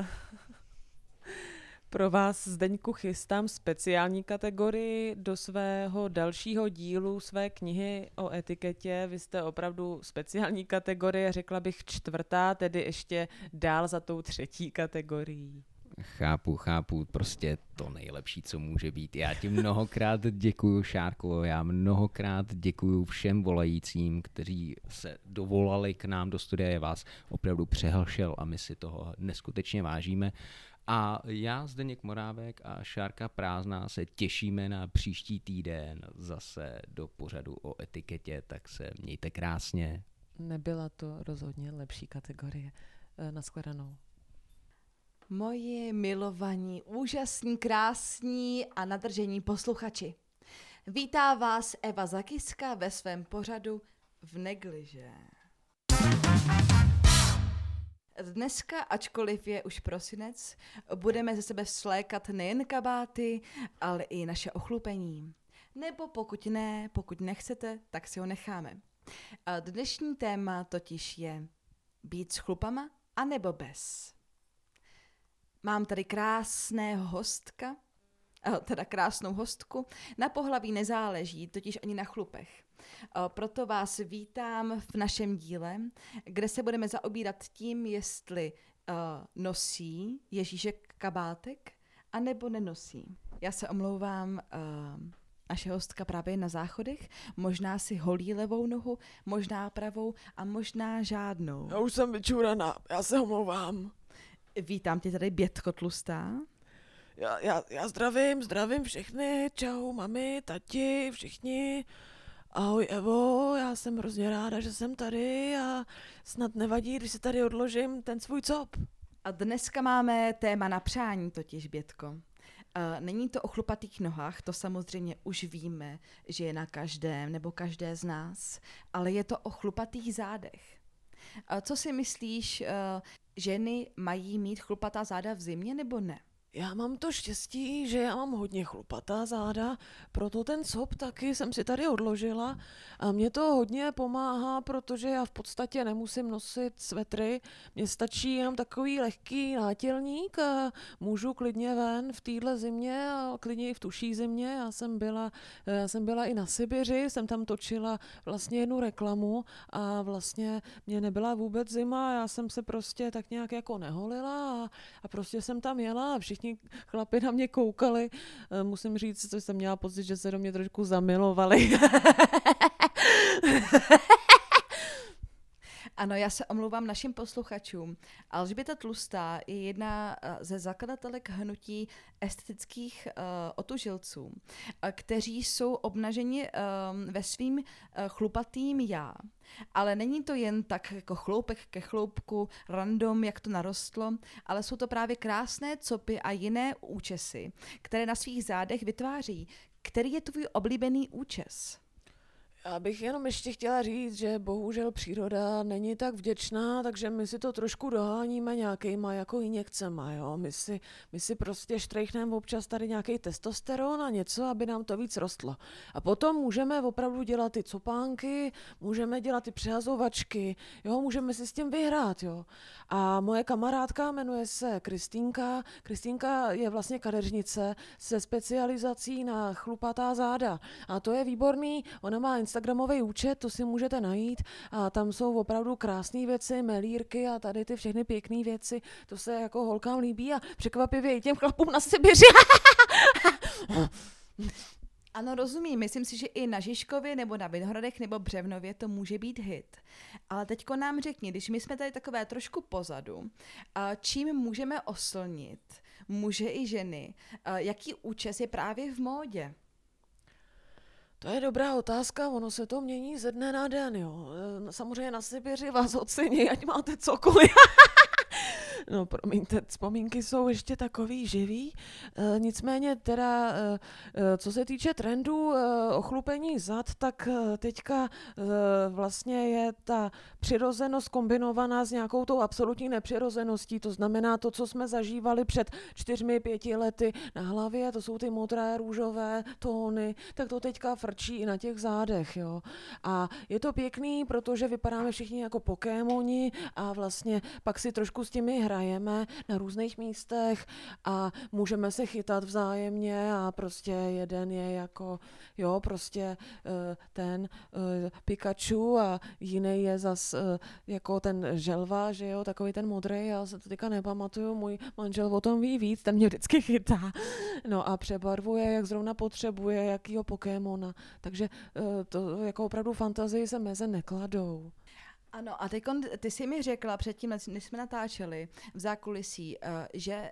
pro vás, Zdeňku, chystám speciální kategorii do svého dalšího dílu své knihy o etiketě. Vy jste opravdu speciální kategorie, řekla bych 4., tedy ještě dál za tou 3. kategorií. Chápu, prostě to nejlepší, co může být. Já ti mnohokrát děkuju, Šárko, já mnohokrát děkuju všem volajícím, kteří se dovolali k nám do studia, je vás opravdu přehlšel a my si toho neskutečně vážíme. A já, Zdeněk Morávek a Šárka Prázdná se těšíme na příští týden zase do pořadu o etiketě, tak se mějte krásně. Nebyla to rozhodně lepší kategorie. Nashledanou. Moji milovaní, úžasní, krásní a nadržení posluchači. Vítá vás Eva Zakiska ve svém pořadu V negliže. Dneska, ačkoliv je už prosinec, budeme ze sebe svlékat nejen kabáty, ale i naše ochlupení. Nebo pokud nechcete, tak si ho necháme. A dnešní téma totiž je být s chlupama a nebo bez. Mám tady krásnou hostku. Na pohlaví nezáleží, totiž ani na chlupech. Proto vás vítám v našem díle, kde se budeme zaobírat tím, jestli nosí Ježíšek kabátek, anebo nenosí. Já se omlouvám, naše hostka právě na záchodech, možná si holí levou nohu, možná pravou a možná žádnou. Já už jsem vyčuraná, já se omlouvám. Vítám tě tady, Bětko tlustá. Já zdravím všechny, čau, mami, tati, všichni. Ahoj Evo, já jsem hrozně ráda, že jsem tady a snad nevadí, když si tady odložím ten svůj cop. A dneska máme téma na přání totiž, Bětko. Není to o chlupatých nohách, to samozřejmě už víme, že je na každém nebo každé z nás, ale je to o chlupatých zádech. Co si myslíš, ženy mají mít chlupatá záda v zimě nebo ne? Já mám to štěstí, že já mám hodně chlupatá záda, proto ten cop taky jsem si tady odložila a mě to hodně pomáhá, protože já v podstatě nemusím nosit svetry, mně stačí jenom takový lehký nátělník a můžu klidně ven v téhle zimě a klidně i v tuší zimě. Já jsem byla i na Sibiři, jsem tam točila vlastně jednu reklamu a vlastně mě nebyla vůbec zima, já jsem se prostě tak nějak jako neholila a prostě jsem tam jela a všichni chlapi na mě koukali. Musím říct, že jsem měla pocit, že se do mě trošku zamilovali. Ano, já se omlouvám našim posluchačům. Alžběta Tlustá je jedna ze zakladatelek hnutí estetických otužilců, kteří jsou obnaženi ve svým chlupatým já. Ale není to jen tak jako chloupek ke chloupku, random, jak to narostlo, ale jsou to právě krásné copy a jiné účesy, které na svých zádech vytváří. Který je tvůj oblíbený účes? Já bych jenom ještě chtěla říct, že bohužel příroda není tak vděčná, takže my si to trošku doháníme nějakýma jako injekcema, jo. My si prostě štrejchneme občas tady nějaký testosteron a něco, aby nám to víc rostlo. A potom můžeme opravdu dělat ty copánky, můžeme dělat ty přehazovačky, jo, můžeme si s tím vyhrát, jo. A moje kamarádka jmenuje se Kristýnka. Kristýnka je vlastně kadeřnice se specializací na chlupatá záda. A to je výborný, ona má Instagramový účet, to si můžete najít a tam jsou opravdu krásné věci, melírky a tady ty všechny pěkné věci, to se jako holkám líbí a překvapivě i těm chlapům na Sibiři. Ano, rozumím. Myslím si, že i na Žižkově nebo na Vinohradech nebo Břevnově to může být hit. Ale teďko nám řekni, když my jsme tady takové trošku pozadu, čím můžeme oslnit muže i ženy, jaký účes je právě v módě? To je dobrá otázka, ono se to mění ze dne na den, jo. Samozřejmě na Sibiři vás ocení, ať máte cokoliv. No promiňte, vzpomínky jsou ještě takový živý, nicméně teda, co se týče trendu ochlupení zad, tak teďka vlastně je ta přirozenost kombinovaná s nějakou tou absolutní nepřirozeností, to znamená to, co jsme zažívali před 4-5 lety na hlavě, to jsou ty modré, růžové tóny, tak to teďka frčí i na těch zádech, jo. A je to pěkný, protože vypadáme všichni jako pokémoni a vlastně pak si trošku s těmi hrajeme na různých místech a můžeme se chytat vzájemně a prostě jeden je jako, jo, prostě ten Pikachu a jiný je zas jako ten želva, že jo, takový ten modrý, já se to teďka nepamatuju, můj manžel o tom ví víc, ten mě vždycky chytá, no a přebarvuje, jak zrovna potřebuje, jakýho Pokémona, takže to jako opravdu fantazii se meze nekladou. Ano, a ty jsi mi řekla předtím, než jsme natáčeli v zákulisí, že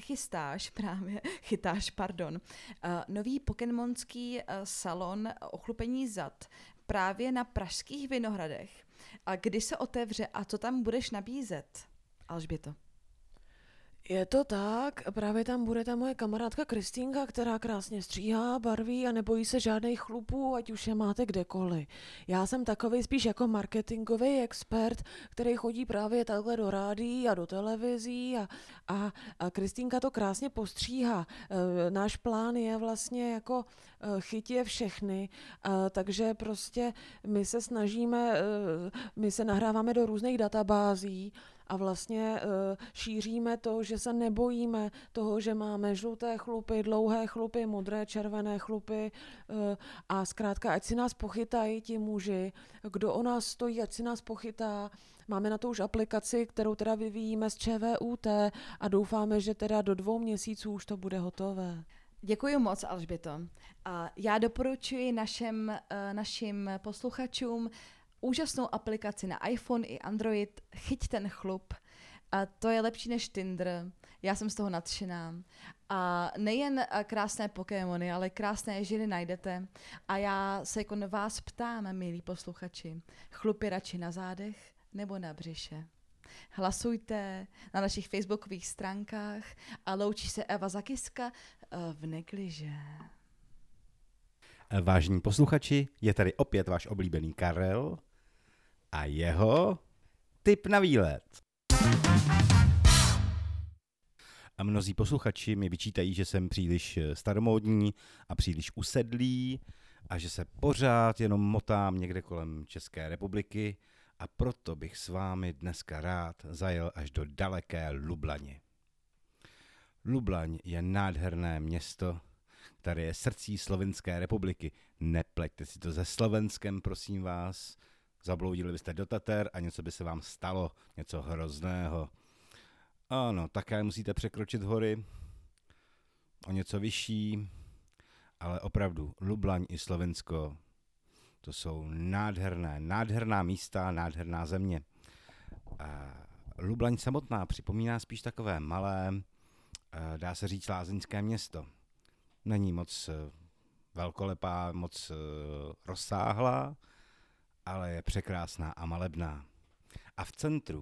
chytáš nový pokémonský salon ochlupení zad právě na pražských Vinohradech. A kdy se otevře a co tam budeš nabízet, Alžběto? Je to tak, právě tam bude ta moje kamarádka Kristýnka, která krásně stříhá, barví a nebojí se žádných chlupů, ať už je máte kdekoliv. Já jsem takovej spíš jako marketingový expert, který chodí právě takhle do rádií a do televizí a Kristýnka to krásně postříhá. Náš plán je vlastně jako chytě všechny, takže prostě my se snažíme, my se nahráváme do různých databází, a vlastně šíříme to, že se nebojíme toho, že máme žluté chlupy, dlouhé chlupy, modré, červené chlupy a zkrátka, ať si nás pochytají ti muži, kdo o nás stojí, ať si nás pochytá. Máme na to už aplikaci, kterou teda vyvíjíme z ČVUT a doufáme, že teda do 2 měsíců už to bude hotové. Děkuji moc, Alžběto. A já doporučuji našim posluchačům úžasnou aplikaci na iPhone i Android, Chyť ten chlup. A to je lepší než Tinder. Já jsem z toho nadšená. A nejen krásné Pokémony, ale krásné ženy najdete. A já se jako na vás ptám, milí posluchači, chlupy radši na zádech nebo na břiše? Hlasujte na našich facebookových stránkách a loučí se Eva Zakiska v negliže. Vážení posluchači, je tady opět váš oblíbený Karel a jeho tip na výlet. A mnozí posluchači mi vyčítají, že jsem příliš staromódní a příliš usedlý a že se pořád jenom motám někde kolem České republiky a proto bych s vámi dneska rád zajel až do daleké Lublaně. Lublaň je nádherné město, které je srdcí Slovenské republiky. Nepleťte si to se Slovenskem, prosím vás. Zabloudili byste do Tater a něco by se vám stalo, něco hrozného. Ano, také musíte překročit hory o něco vyšší, ale opravdu Lublaň i Slovensko, to jsou nádherná místa, nádherná země. A Lublaň samotná připomíná spíš takové malé, dá se říct, lázeňské město. Není moc velkolepá, moc rozsáhlá, ale je překrásná a malebná. A v centru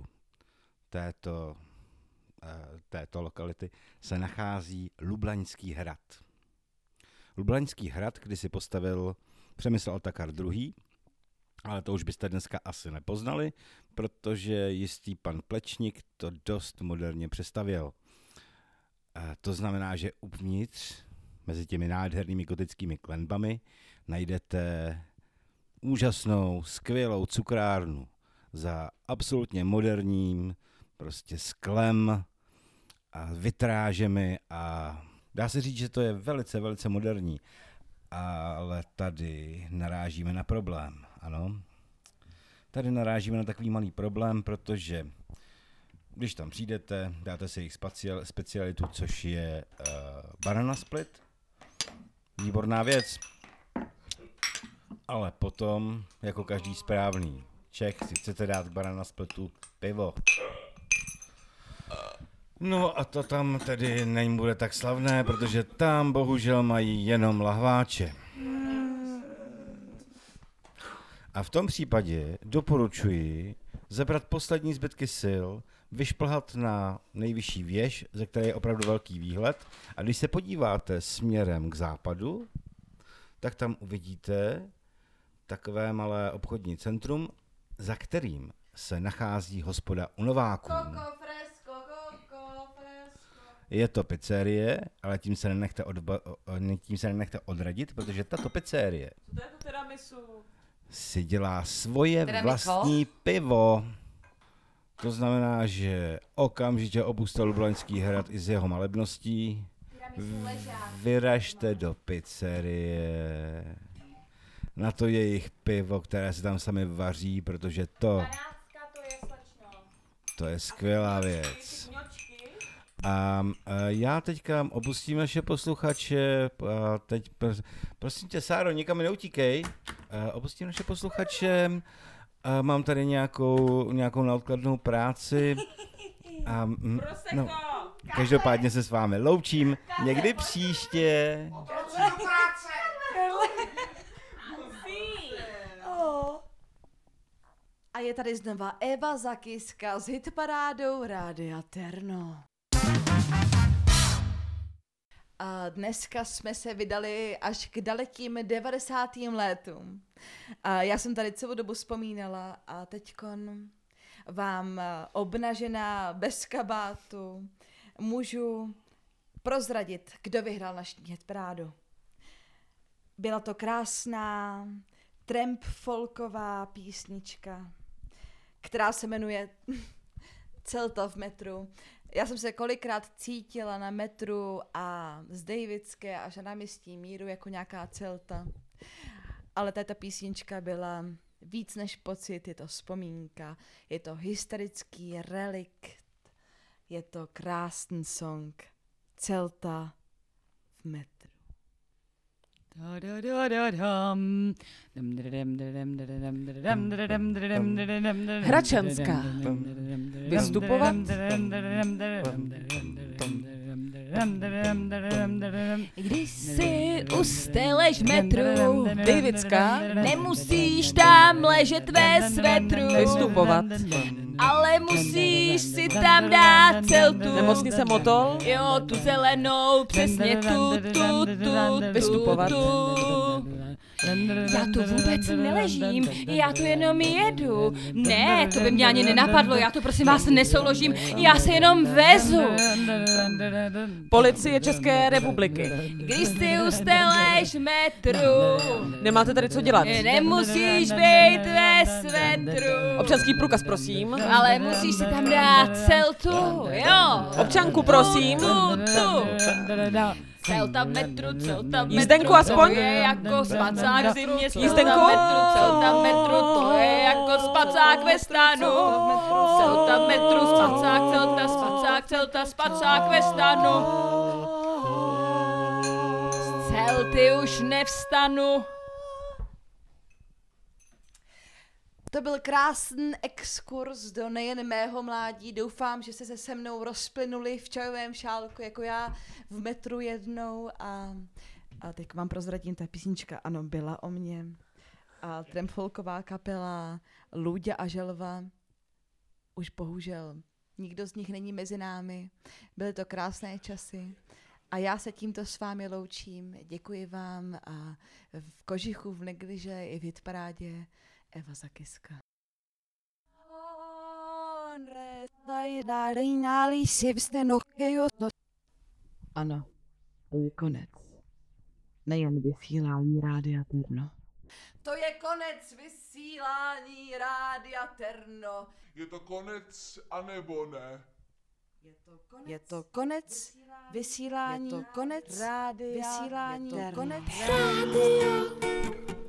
této lokality se nachází Lublaňský hrad. Lublaňský hrad kdysi postavil Přemysl Otakar II., ale to už byste dneska asi nepoznali, protože jistý pan Plečník to dost moderně přestavěl. To znamená, že uvnitř, mezi těmi nádhernými gotickými klenbami, najdete úžasnou, skvělou cukrárnu za absolutně moderním prostě sklem a vitrážemi a dá se říct, že to je velice, velice moderní. Ale tady narážíme na problém, ano. Tady narážíme na takový malý problém, protože když tam přijdete, dáte si jejich specialitu, což je banana split. Výborná věc. Ale potom, jako každý správný Čech, si chcete dát k banana splitu pivo. No a to tam tedy nebude tak slavné, protože tam bohužel mají jenom lahváče. A v tom případě doporučuji zebrat poslední zbytky sil, vyšplhat na nejvyšší věž, ze které je opravdu velký výhled. A když se podíváte směrem k západu, tak tam uvidíte takové malé obchodní centrum, za kterým se nachází hospoda u Nováků. Je to pizzerie, ale tím se nenechte odradit, protože tato pizzerie si dělá svoje vlastní pivo. To znamená, že okamžitě opusťte Lublaňský hrad i s jeho malebností. Vyražte do pizzerie. Na to jejich pivo, které se tam sami vaří, protože to je skvělá věc. A já teďka opustím naše posluchače, teď prosím tě, Sáro, nikam mi neutíkej, opustím naše posluchače, mám tady nějakou neodkladnou práci a no, každopádně se s vámi loučím, někdy příště. A je tady znova Eva Zakiska s hitparádou Rádia Terno. A dneska jsme se vydali až k dalekým 90. letům. A já jsem tady celou dobu vzpomínala a teďkon vám obnažená bez kabátu můžu prozradit, kdo vyhrál naši hitparádu. Byla to krásná tramp folková písnička, která se jmenuje Celta v metru. Já jsem se kolikrát cítila na metru a z Davidské až na náměstí Míru jako nějaká celta. Ale tato písnička byla víc než pocit, je to vzpomínka, je to historický relikt, je to krásný song. Celta v metru. Hračanská. Vystupovat Když si usteleš v metru, Davidska, nemusíš tam ležet ve svetru, vystupovat, ale musíš si tam dát celtu. nemocnice Motol, Jo, tu zelenou, přesně tu, vystupovat. Já tu vůbec neležím, já tu jenom jedu. Ne, to by mě ani nenapadlo, já to prosím vás nesouložím, já se jenom vezu. Policie České republiky. Když si usteleš v metru, Nemáte tady co dělat. nemusíš být ve svetru. Občanský průkaz, prosím. Ale musíš si tam dát celtu, jo. Občanku, prosím. Celta v metru, celta v metru. Jízdenku aspoň? To je jako spacák v zimě. Jízdenku? Celta v metru, to je jako spacák ve stanu. Celta v metru, spacák, celta, spacák, celta, spacák ve stanu. Z celty už nevstanu. To byl krásný exkurs do nejen mého mládí. Doufám, že jste se mnou rozplynuli v čajovém šálku, jako já v metru jednou. A teď vám prozradím, ta písnička, ano, byla o mně. A tremfolková kapela Lůďa a Želva. Už bohužel nikdo z nich není mezi námi. Byly to krásné časy. A já se tímto s vámi loučím. Děkuji vám a v kožichu, v negliže i v hitparádě Eva Zakiska. Ano, to je konec. Nejen vysílání Rádia Terno. To je konec vysílání Rádia Terno. Je to konec, anebo ne? Je to konec vysílání, je to konec rádia, vysílání, je to konec rádia.